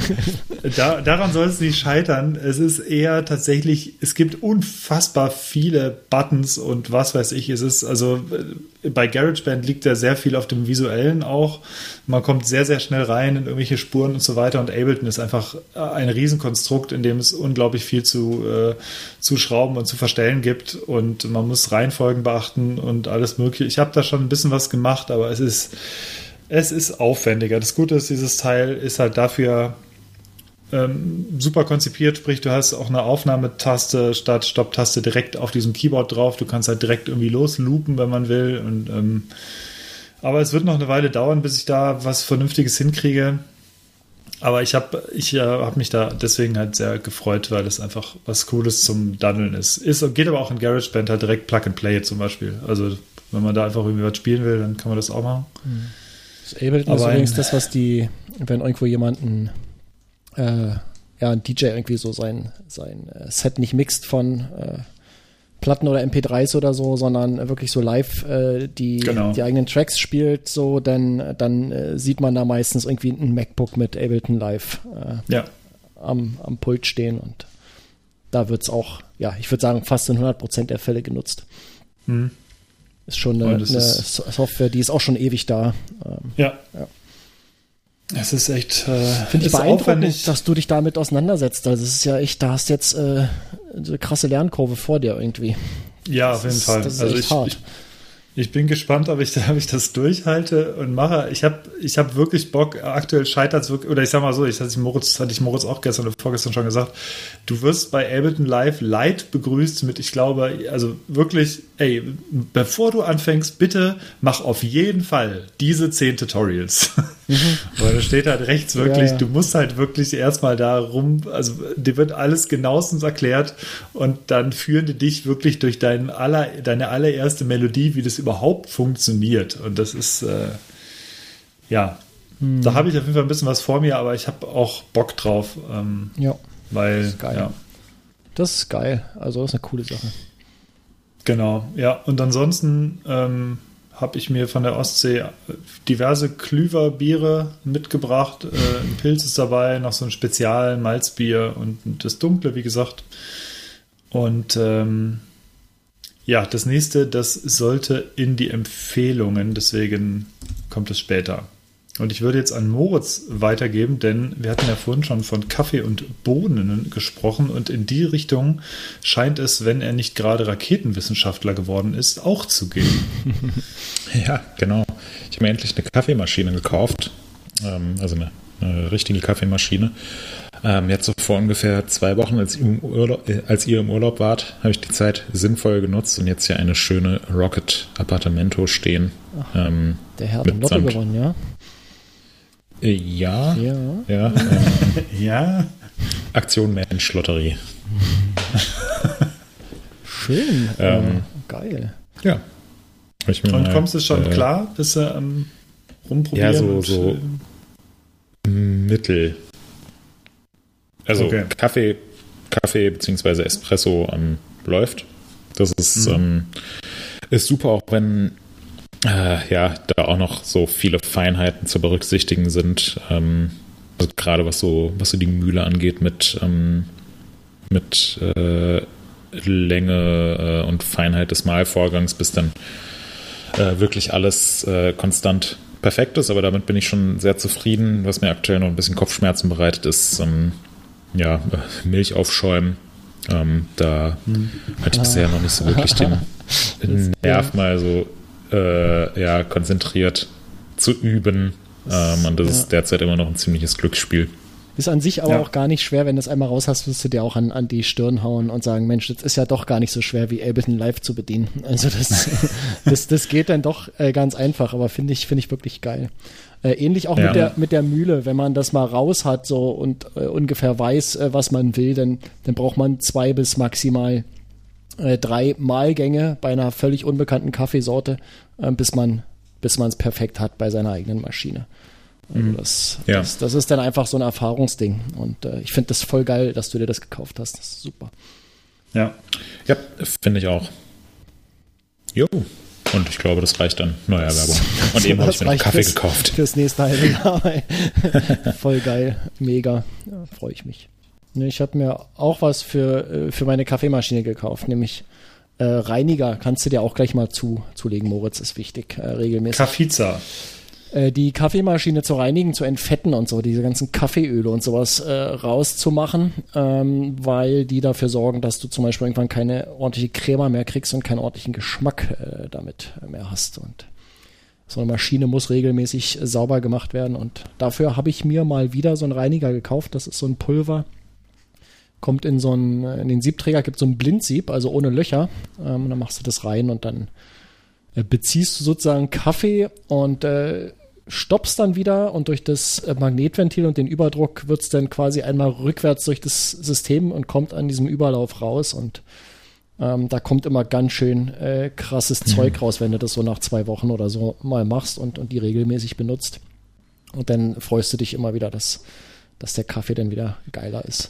da, daran soll es nicht scheitern. Es ist eher tatsächlich, es gibt unfassbar viele Buttons und was weiß ich. Es ist, also bei GarageBand liegt ja sehr viel auf dem Visuellen auch. Man kommt sehr, sehr schnell rein in irgendwelche Spuren und so weiter und Ableton ist einfach ein Riesenkonstrukt, in dem es unglaublich viel zu, äh, zu schrauben und zu verstellen gibt und man muss Reihenfolgen beachten und alles mögliche. Ich habe da schon ein bisschen was gemacht, aber es ist Es ist aufwendiger. Das Gute ist, dieses Teil ist halt dafür ähm, super konzipiert, sprich, du hast auch eine Aufnahmetaste statt Stopptaste direkt auf diesem Keyboard drauf. Du kannst halt direkt irgendwie losloopen, wenn man will. Und, ähm, aber es wird noch eine Weile dauern, bis ich da was Vernünftiges hinkriege. Aber ich habe ich, äh, hab mich da deswegen halt sehr gefreut, weil das einfach was Cooles zum Daddeln ist. ist. Geht aber auch in GarageBand halt direkt Plug and Play zum Beispiel. Also wenn man da einfach irgendwie was spielen will, dann kann man das auch machen. Mhm. Das Ableton ist übrigens das, was die, wenn irgendwo jemanden, äh, ja, ein D J irgendwie so sein, sein Set nicht mixt von äh, Platten oder M P dreis oder so, sondern wirklich so live äh, die, genau. die eigenen Tracks spielt, so, dann, dann äh, sieht man da meistens irgendwie ein MacBook mit Ableton Live äh, ja. am, am Pult stehen und da wird es auch, ja, ich würde sagen, fast in hundert Prozent der Fälle genutzt. Mhm. Ist schon eine, eine ist Software, die ist auch schon ewig da. Ähm, ja. ja. Es ist echt äh, Finde ich beeindruckend, dass du dich damit auseinandersetzt. Also es ist ja echt, da hast jetzt äh, eine krasse Lernkurve vor dir irgendwie. Ja, das auf jeden ist, Fall. Das ist also echt ich, hart. ich, ich bin gespannt, ob ich, ob ich das durchhalte und mache. Ich habe ich hab wirklich Bock. Aktuell scheitert es wirklich, oder ich sag mal so, ich hatte Moritz, hatte ich Moritz auch gestern oder vorgestern schon gesagt, du wirst bei Ableton Live Lite begrüßt mit, ich glaube, also wirklich, ey, bevor du anfängst, bitte mach auf jeden Fall diese zehn Tutorials. Mhm. Weil da steht halt rechts wirklich, ja, ja. Du musst halt wirklich erstmal da rum, also dir wird alles genauestens erklärt und dann führen die dich wirklich durch dein aller, deine allererste Melodie, wie das überhaupt funktioniert. Und das ist, äh, ja, mhm. da habe ich auf jeden Fall ein bisschen was vor mir, aber ich habe auch Bock drauf. Ähm, ja, weil, das ist geil. Ja. Das ist geil. Also das ist eine coole Sache. Genau, ja. Und ansonsten ähm, habe ich mir von der Ostsee diverse Klüver-Biere mitgebracht. Äh, ein Pilz ist dabei, noch so ein speziellen Malzbier und das Dunkle, wie gesagt. Und ähm, ja, das nächste, das sollte in die Empfehlungen, deswegen kommt es später. Und ich würde jetzt an Moritz weitergeben, denn wir hatten ja vorhin schon von Kaffee und Bohnen gesprochen und in die Richtung scheint es, wenn er nicht gerade Raketenwissenschaftler geworden ist, auch zu gehen. Ja, genau. Ich habe mir endlich eine Kaffeemaschine gekauft, ähm, also eine, eine richtige Kaffeemaschine. Ähm, jetzt so vor ungefähr zwei Wochen, als ihr im Urlaub, äh, als ihr im Urlaub wart, habe ich die Zeit sinnvoll genutzt und jetzt hier eine schöne Rocket Appartamento stehen. Ach, ähm, der Herr hat im Lotto gewonnen, ja? Ja, ja, ja, ähm, ja. Aktion Mensch-Lotterie. Schön, ähm, äh, geil. Ja. Ich mir und mal, kommst du schon äh, klar, bist du am ähm, Rumprobieren? Ja, so, und, so äh, Mittel. Also okay. Kaffee, Kaffee bzw. Espresso ähm, läuft. Das ist, mhm. ähm, ist super, auch wenn Äh, ja, da auch noch so viele Feinheiten zu berücksichtigen sind. Ähm, also gerade was so, was so die Mühle angeht mit, ähm, mit äh, Länge äh, und Feinheit des Mahlvorgangs, bis dann äh, wirklich alles äh, konstant perfekt ist. Aber damit bin ich schon sehr zufrieden. Was mir aktuell noch ein bisschen Kopfschmerzen bereitet, ist ähm, ja, Milch aufschäumen. Ähm, da hm. hatte ich bisher noch nicht so wirklich den Nerv mal so Äh, ja, konzentriert zu üben. Ähm, und das ja. ist derzeit immer noch ein ziemliches Glücksspiel. Ist an sich aber ja. auch gar nicht schwer, wenn du es einmal raus hast, wirst du dir auch an, an die Stirn hauen und sagen, Mensch, das ist ja doch gar nicht so schwer, wie Ableton Live zu bedienen. Also das, das, das geht dann doch äh, ganz einfach, aber finde ich, finde ich wirklich geil. Äh, ähnlich auch ja. mit der, mit der Mühle, wenn man das mal raus hat so und äh, ungefähr weiß, äh, was man will, dann, dann braucht man zwei bis maximal Äh, drei Mahlgänge bei einer völlig unbekannten Kaffeesorte, äh, bis man bis man es perfekt hat bei seiner eigenen Maschine. Also das, ja. das, das ist dann einfach so ein Erfahrungsding. Und äh, ich finde das voll geil, dass du dir das gekauft hast. Das ist super. Ja, ja, finde ich auch. Jo. Und ich glaube, das reicht dann. Neue Werbung. Und eben habe ich mir noch Kaffee fürs, gekauft. Fürs nächste halbe Jahr. Voll geil. Mega. Ja, freue ich mich. Ich habe mir auch was für, für meine Kaffeemaschine gekauft, nämlich äh, Reiniger. Kannst du dir auch gleich mal zu, zulegen, Moritz, ist wichtig, äh, regelmäßig. Kaffiza. Äh, die Kaffeemaschine zu reinigen, zu entfetten und so, diese ganzen Kaffeeöle und sowas äh, rauszumachen, ähm, weil die dafür sorgen, dass du zum Beispiel irgendwann keine ordentliche Crema mehr kriegst und keinen ordentlichen Geschmack äh, damit mehr hast. Und so eine Maschine muss regelmäßig sauber gemacht werden und dafür habe ich mir mal wieder so einen Reiniger gekauft. Das ist so ein Pulver. Kommt in so einen, in den Siebträger, gibt so ein Blindsieb, also ohne Löcher. Ähm, dann machst du das rein und dann äh, beziehst du sozusagen Kaffee und äh, stoppst dann wieder und durch das äh, Magnetventil und den Überdruck wird es dann quasi einmal rückwärts durch das System und kommt an diesem Überlauf raus und ähm, da kommt immer ganz schön äh, krasses mhm. Zeug raus, wenn du das so nach zwei Wochen oder so mal machst und, und die regelmäßig benutzt. Und dann freust du dich immer wieder, dass, dass der Kaffee dann wieder geiler ist.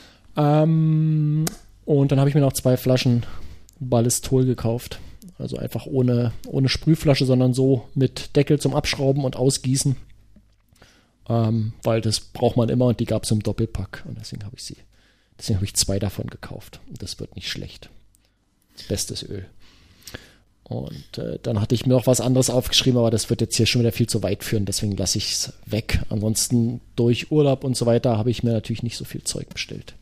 Ähm, und dann habe ich mir noch zwei Flaschen Ballistol gekauft. Also einfach ohne, ohne Sprühflasche, sondern so mit Deckel zum Abschrauben und Ausgießen. Ähm, weil das braucht man immer und die gab es im Doppelpack. Und deswegen habe ich sie. Deswegen habe ich zwei davon gekauft. Und das wird nicht schlecht. Bestes Öl. Und äh, dann hatte ich mir noch was anderes aufgeschrieben, aber das wird jetzt hier schon wieder viel zu weit führen. Deswegen lasse ich es weg. Ansonsten durch Urlaub und so weiter habe ich mir natürlich nicht so viel Zeug bestellt.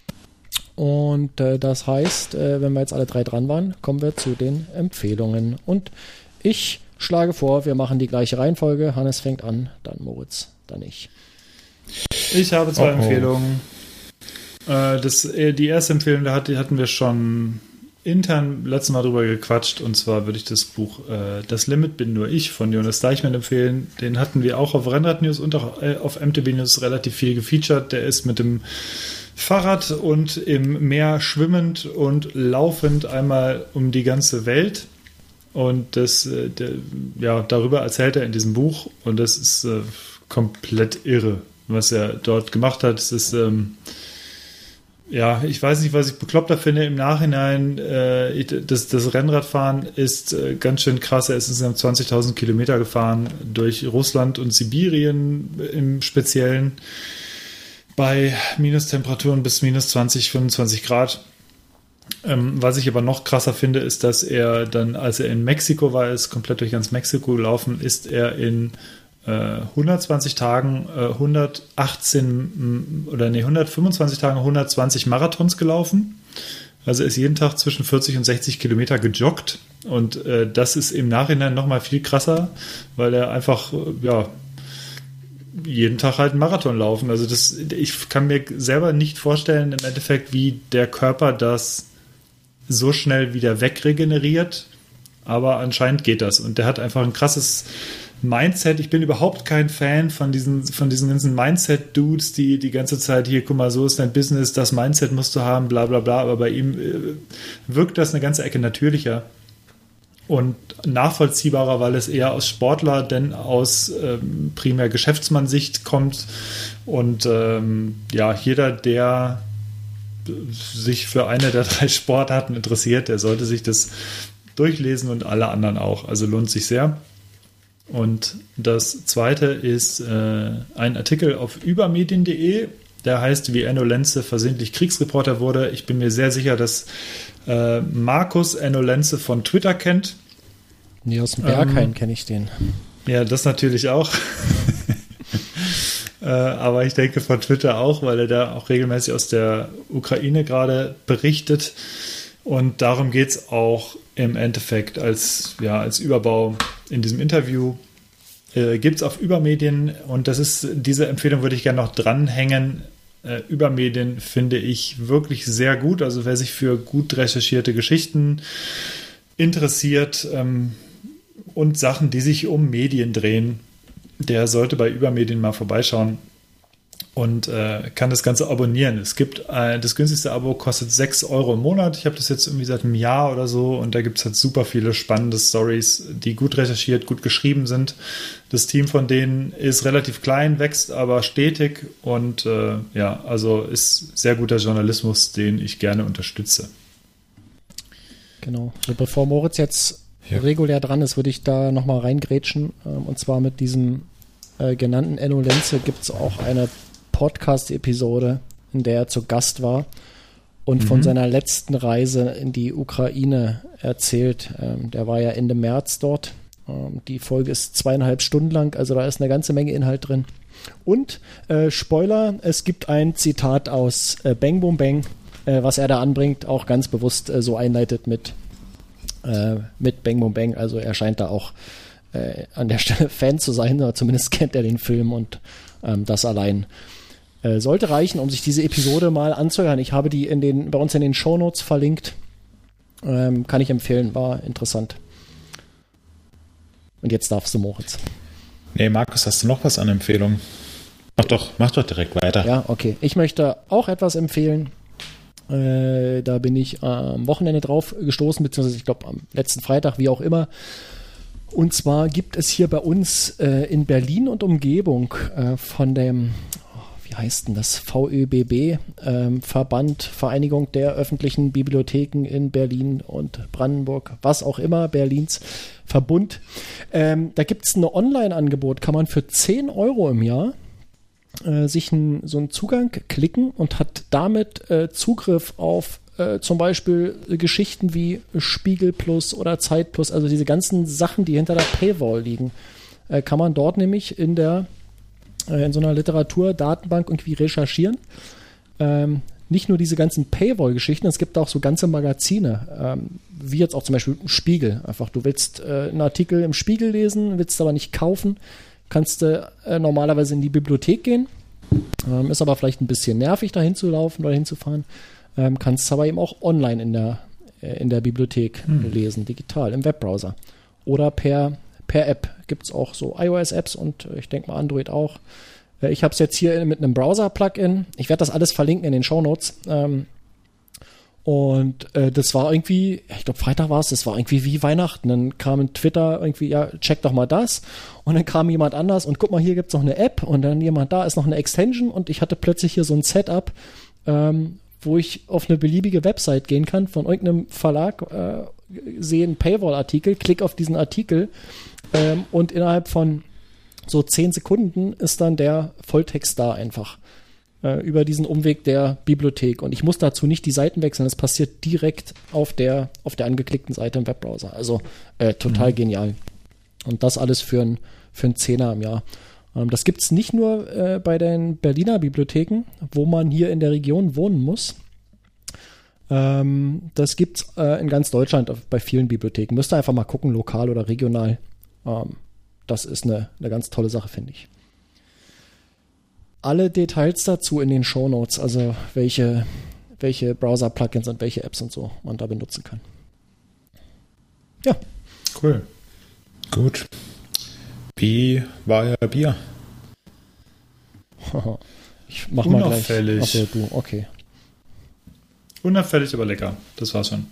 Und äh, das heißt, äh, wenn wir jetzt alle drei dran waren, kommen wir zu den Empfehlungen. Und ich schlage vor, wir machen die gleiche Reihenfolge. Hannes fängt an, dann Moritz, dann ich. Ich habe zwei oh, oh. Empfehlungen. Äh, das, die erste Empfehlung, da hatten wir schon intern letztes Mal drüber gequatscht. Und zwar würde ich das Buch äh, Das Limit bin nur ich von Jonas Deichmann empfehlen. Den hatten wir auch auf Rennrad News und auch äh, auf M T B News relativ viel gefeatured. Der ist mit dem Fahrrad und im Meer schwimmend und laufend einmal um die ganze Welt. Und das, äh, der, ja, darüber erzählt er in diesem Buch. Und das ist äh, komplett irre, was er dort gemacht hat. Es ist, ähm, ja, ich weiß nicht, was ich bekloppter finde im Nachhinein. Äh, das, das Rennradfahren ist äh, ganz schön krass. Er ist insgesamt zwanzigtausend Kilometer gefahren durch Russland und Sibirien im Speziellen. Bei Minustemperaturen bis minus zwanzig, fünfundzwanzig Grad. Ähm, was ich aber noch krasser finde, ist, dass er dann, als er in Mexiko war, ist komplett durch ganz Mexiko gelaufen, ist er in äh, hundertzwanzig Tagen äh, hundertachtzehn oder nee, hundertfünfundzwanzig Tagen hundertzwanzig Marathons gelaufen. Also ist jeden Tag zwischen vierzig und sechzig Kilometer gejoggt. Und äh, das ist im Nachhinein nochmal viel krasser, weil er einfach, äh, ja, jeden Tag halt einen Marathon laufen. Also das, ich kann mir selber nicht vorstellen, im Endeffekt, wie der Körper das so schnell wieder wegregeneriert. Aber anscheinend geht das. Und der hat einfach ein krasses Mindset. Ich bin überhaupt kein Fan von diesen, von diesen ganzen Mindset-Dudes, die die ganze Zeit hier, guck mal, so ist dein Business, das Mindset musst du haben, bla bla bla. Aber bei ihm äh, wirkt das eine ganze Ecke natürlicher und nachvollziehbarer, weil es eher aus Sportler, denn aus ähm, primär Geschäftsmann-Sicht kommt. Und ähm, ja, jeder, der sich für eine der drei Sportarten interessiert, der sollte sich das durchlesen und alle anderen auch. Also lohnt sich sehr. Und das zweite ist äh, ein Artikel auf übermedien punkt de, der heißt, wie Enno Lenze versehentlich Kriegsreporter wurde. Ich bin mir sehr sicher, dass äh, Markus Enno Lenze von Twitter kennt. Nee, aus dem Berghain ähm, kenne ich den. Ja, das natürlich auch. äh, aber ich denke von Twitter auch, weil er da auch regelmäßig aus der Ukraine gerade berichtet. Und darum geht es auch im Endeffekt als, ja, als Überbau in diesem Interview. Äh, gibt es auf Übermedien, und das ist, diese Empfehlung würde ich gerne noch dranhängen. Äh, Übermedien finde ich wirklich sehr gut. Also wer sich für gut recherchierte Geschichten interessiert ähm, und Sachen, die sich um Medien drehen, der sollte bei Übermedien mal vorbeischauen und äh, kann das Ganze abonnieren. Es gibt äh, das günstigste Abo, kostet sechs Euro im Monat. Ich habe das jetzt irgendwie seit einem Jahr oder so, und da gibt es halt super viele spannende Storys, die gut recherchiert, gut geschrieben sind. Das Team von denen ist relativ klein, wächst aber stetig und äh, ja, also ist sehr guter Journalismus, den ich gerne unterstütze. Genau. Also bevor Moritz jetzt ja. regulär dran ist, würde ich da nochmal reingrätschen. Und zwar mit diesem äh, genannten Enno Lenze gibt es auch eine Podcast-Episode, in der er zu Gast war und mhm. von seiner letzten Reise in die Ukraine erzählt. Ähm, der war ja Ende März dort. Ähm, die Folge ist zweieinhalb Stunden lang, also da ist eine ganze Menge Inhalt drin. Und äh, Spoiler, es gibt ein Zitat aus äh, Bang Boom Bang, äh, was er da anbringt, auch ganz bewusst äh, so einleitet mit, äh, mit Bang Boom Bang. Also er scheint da auch äh, an der Stelle Fan zu sein, oder zumindest kennt er den Film, und ähm, das allein Äh, sollte reichen, um sich diese Episode mal anzuhören. Ich habe die in den, bei uns in den Shownotes verlinkt. Ähm, kann ich empfehlen, war interessant. Und jetzt darfst du, Moritz. Nee, Markus, hast du noch was an Empfehlungen? Mach doch, mach doch direkt weiter. Ja, okay. Ich möchte auch etwas empfehlen. Äh, da bin ich am Wochenende drauf gestoßen, beziehungsweise ich glaube am letzten Freitag, wie auch immer. Und zwar gibt es hier bei uns äh, in Berlin und Umgebung äh, von dem, wie heißt denn das, V Ö B B, ähm, Verband, Vereinigung der öffentlichen Bibliotheken in Berlin und Brandenburg, was auch immer, Berlins Verbund. Ähm, da gibt es ein Online-Angebot, kann man für zehn Euro im Jahr äh, sich ein, so einen Zugang klicken und hat damit äh, Zugriff auf äh, zum Beispiel Geschichten wie Spiegel Plus oder Zeit Plus, also diese ganzen Sachen, die hinter der Paywall liegen, äh, kann man dort nämlich in der in so einer Literaturdatenbank irgendwie recherchieren. Ähm, nicht nur diese ganzen Paywall-Geschichten, es gibt auch so ganze Magazine, ähm, wie jetzt auch zum Beispiel Spiegel. Einfach, du willst äh, einen Artikel im Spiegel lesen, willst aber nicht kaufen, kannst du äh, normalerweise in die Bibliothek gehen. Ähm, ist aber vielleicht ein bisschen nervig, da hinzulaufen oder hinzufahren. Ähm, kannst es aber eben auch online in der, äh, in der Bibliothek hm. lesen, digital, im Webbrowser. Oder per Per App gibt es auch so iOS-Apps und ich denke mal Android auch. Ich habe es jetzt hier mit einem Browser-Plugin. Ich werde das alles verlinken in den Shownotes. Ähm, und äh, das war irgendwie, ich glaube Freitag war es, das war irgendwie wie Weihnachten. Dann kam in Twitter irgendwie, ja, check doch mal das. Und dann kam jemand anders und guck mal, hier gibt es noch eine App und dann jemand, da ist noch eine Extension und ich hatte plötzlich hier so ein Setup, ähm, wo ich auf eine beliebige Website gehen kann von irgendeinem Verlag, äh, sehe einen Paywall-Artikel, klick auf diesen Artikel ähm, und innerhalb von so zehn Sekunden ist dann der Volltext da einfach äh, über diesen Umweg der Bibliothek. Und ich muss dazu nicht die Seiten wechseln, das passiert direkt auf der, auf der angeklickten Seite im Webbrowser. Also äh, total mhm. genial. Und das alles für, ein, für einen Zehner im Jahr. Ähm, das gibt es nicht nur äh, bei den Berliner Bibliotheken, wo man hier in der Region wohnen muss. Ähm, das gibt es äh, in ganz Deutschland bei vielen Bibliotheken. Müsst ihr einfach mal gucken, lokal oder regional. Ähm, das ist eine, eine ganz tolle Sache, finde ich. Alle Details dazu in den Shownotes, also welche, welche Browser-Plugins und welche Apps und so man da benutzen kann. Ja. Cool. Gut. Wie war euer Bier? Ich mach mal gleich. Unauffällig. Achso, du, okay. Unauffällig, aber lecker. Das war's schon.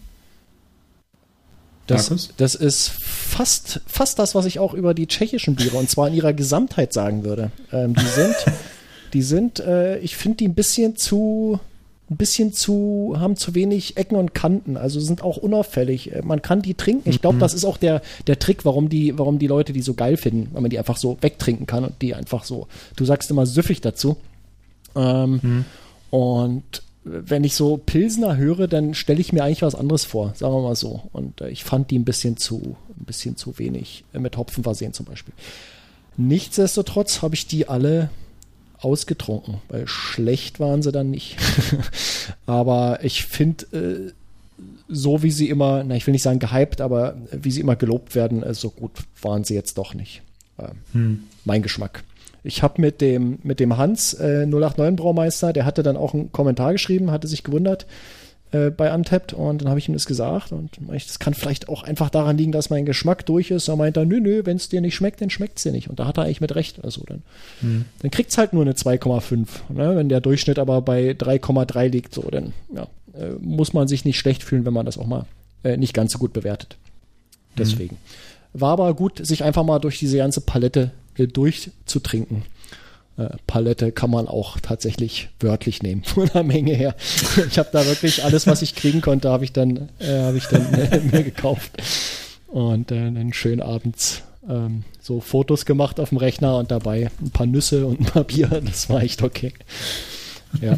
Das, Markus? das ist fast, fast das, was ich auch über die tschechischen Biere und zwar in ihrer Gesamtheit sagen würde. Ähm, die sind, die sind, äh, ich finde die ein bisschen zu, ein bisschen zu, haben zu wenig Ecken und Kanten, also sind auch unauffällig. Man kann die trinken. Ich glaube, Mhm. das ist auch der, der Trick, warum die, warum die Leute die so geil finden, weil man die einfach so wegtrinken kann und die einfach so, du sagst immer süffig dazu. Ähm, Mhm. Und wenn ich so Pilsner höre, dann stelle ich mir eigentlich was anderes vor, sagen wir mal so. Und äh, ich fand die ein bisschen zu, ein bisschen zu wenig äh, mit Hopfen versehen zum Beispiel. Nichtsdestotrotz habe ich die alle ausgetrunken, weil schlecht waren sie dann nicht. Aber ich finde, äh, so wie sie immer, na ich will nicht sagen gehypt, aber wie sie immer gelobt werden, äh, so gut waren sie jetzt doch nicht. Äh, Hm. Mein Geschmack. Ich habe mit dem, mit dem Hans, äh, null acht neun Braumeister, der hatte dann auch einen Kommentar geschrieben, hatte sich gewundert äh, bei Untappd und dann habe ich ihm das gesagt und ich, das kann vielleicht auch einfach daran liegen, dass mein Geschmack durch ist. Er meint dann, nö, nö, wenn es dir nicht schmeckt, dann schmeckt es dir nicht. Und da hat er eigentlich mit recht. Also dann, Hm. dann kriegt es halt nur eine zwei Komma fünf. Ne? Wenn der Durchschnitt aber bei drei Komma drei liegt, so, dann ja, äh, muss man sich nicht schlecht fühlen, wenn man das auch mal äh, nicht ganz so gut bewertet. Deswegen. War aber gut, sich einfach mal durch diese ganze Palette äh, durchzutrinken. Äh, Palette kann man auch tatsächlich wörtlich nehmen, von der Menge her. Ich habe da wirklich alles, was ich kriegen konnte, habe ich dann, äh, hab ich dann äh, mir gekauft. Und äh, dann schön abends ähm, so Fotos gemacht auf dem Rechner und dabei ein paar Nüsse und ein paar Bier. Das war echt okay. Ja.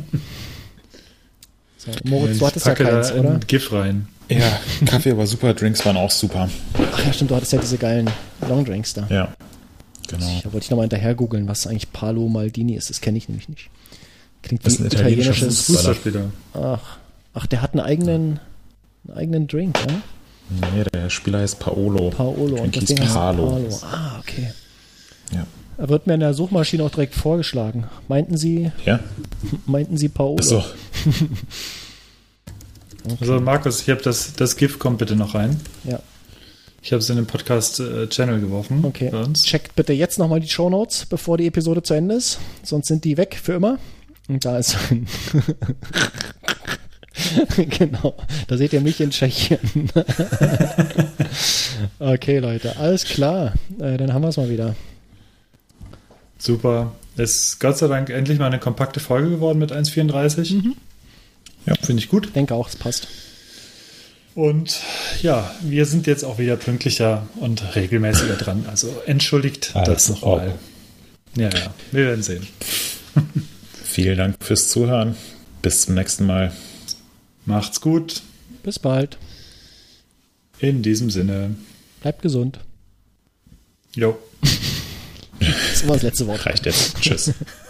So, Moritz, du hattest ja Packe keins, da oder? ein GIF rein. Ja, Kaffee war super, Drinks waren auch super. Ach ja, stimmt, du hattest ja diese geilen Longdrinks da. Ja, genau. Da wollte ich nochmal hinterher googeln, was eigentlich Palo Maldini ist. Das kenne ich nämlich nicht. Klingt Das ist wie ein italienischer italienisches. Fußballer. Fußballspieler. Ach, ach, der hat einen eigenen, einen eigenen Drink, ja? Nee, der Spieler heißt Paolo. Paolo. Und das Drink Ding hieß heißt Palo. Palo. Ah, okay. Ja. Er wird mir in der Suchmaschine auch direkt vorgeschlagen. Meinten Sie, Ja? meinten Sie Paolo? So. Also Markus, ich habe das, das GIF kommt bitte noch rein. Ja, Ich habe es in den Podcast-Channel geworfen. okay. Bei uns. Checkt bitte jetzt nochmal die Shownotes, bevor die Episode zu Ende ist. Sonst sind die weg für immer. Und da ist ein genau, da seht ihr mich in Tschechien. Okay, Leute, alles klar. Äh, dann haben wir es mal wieder. Super. Ist Gott sei Dank endlich mal eine kompakte Folge geworden mit eins vierunddreißig. Mhm. Ja, finde ich gut. Ich denke auch, es passt. Und ja, wir sind jetzt auch wieder pünktlicher und regelmäßiger dran. Also entschuldigt Als das nochmal. Ja, ja, wir werden sehen. Vielen Dank fürs Zuhören. Bis zum nächsten Mal. Macht's gut. Bis bald. In diesem Sinne. Bleibt gesund. Jo. Das war das letzte Wort. Reicht jetzt. Tschüss.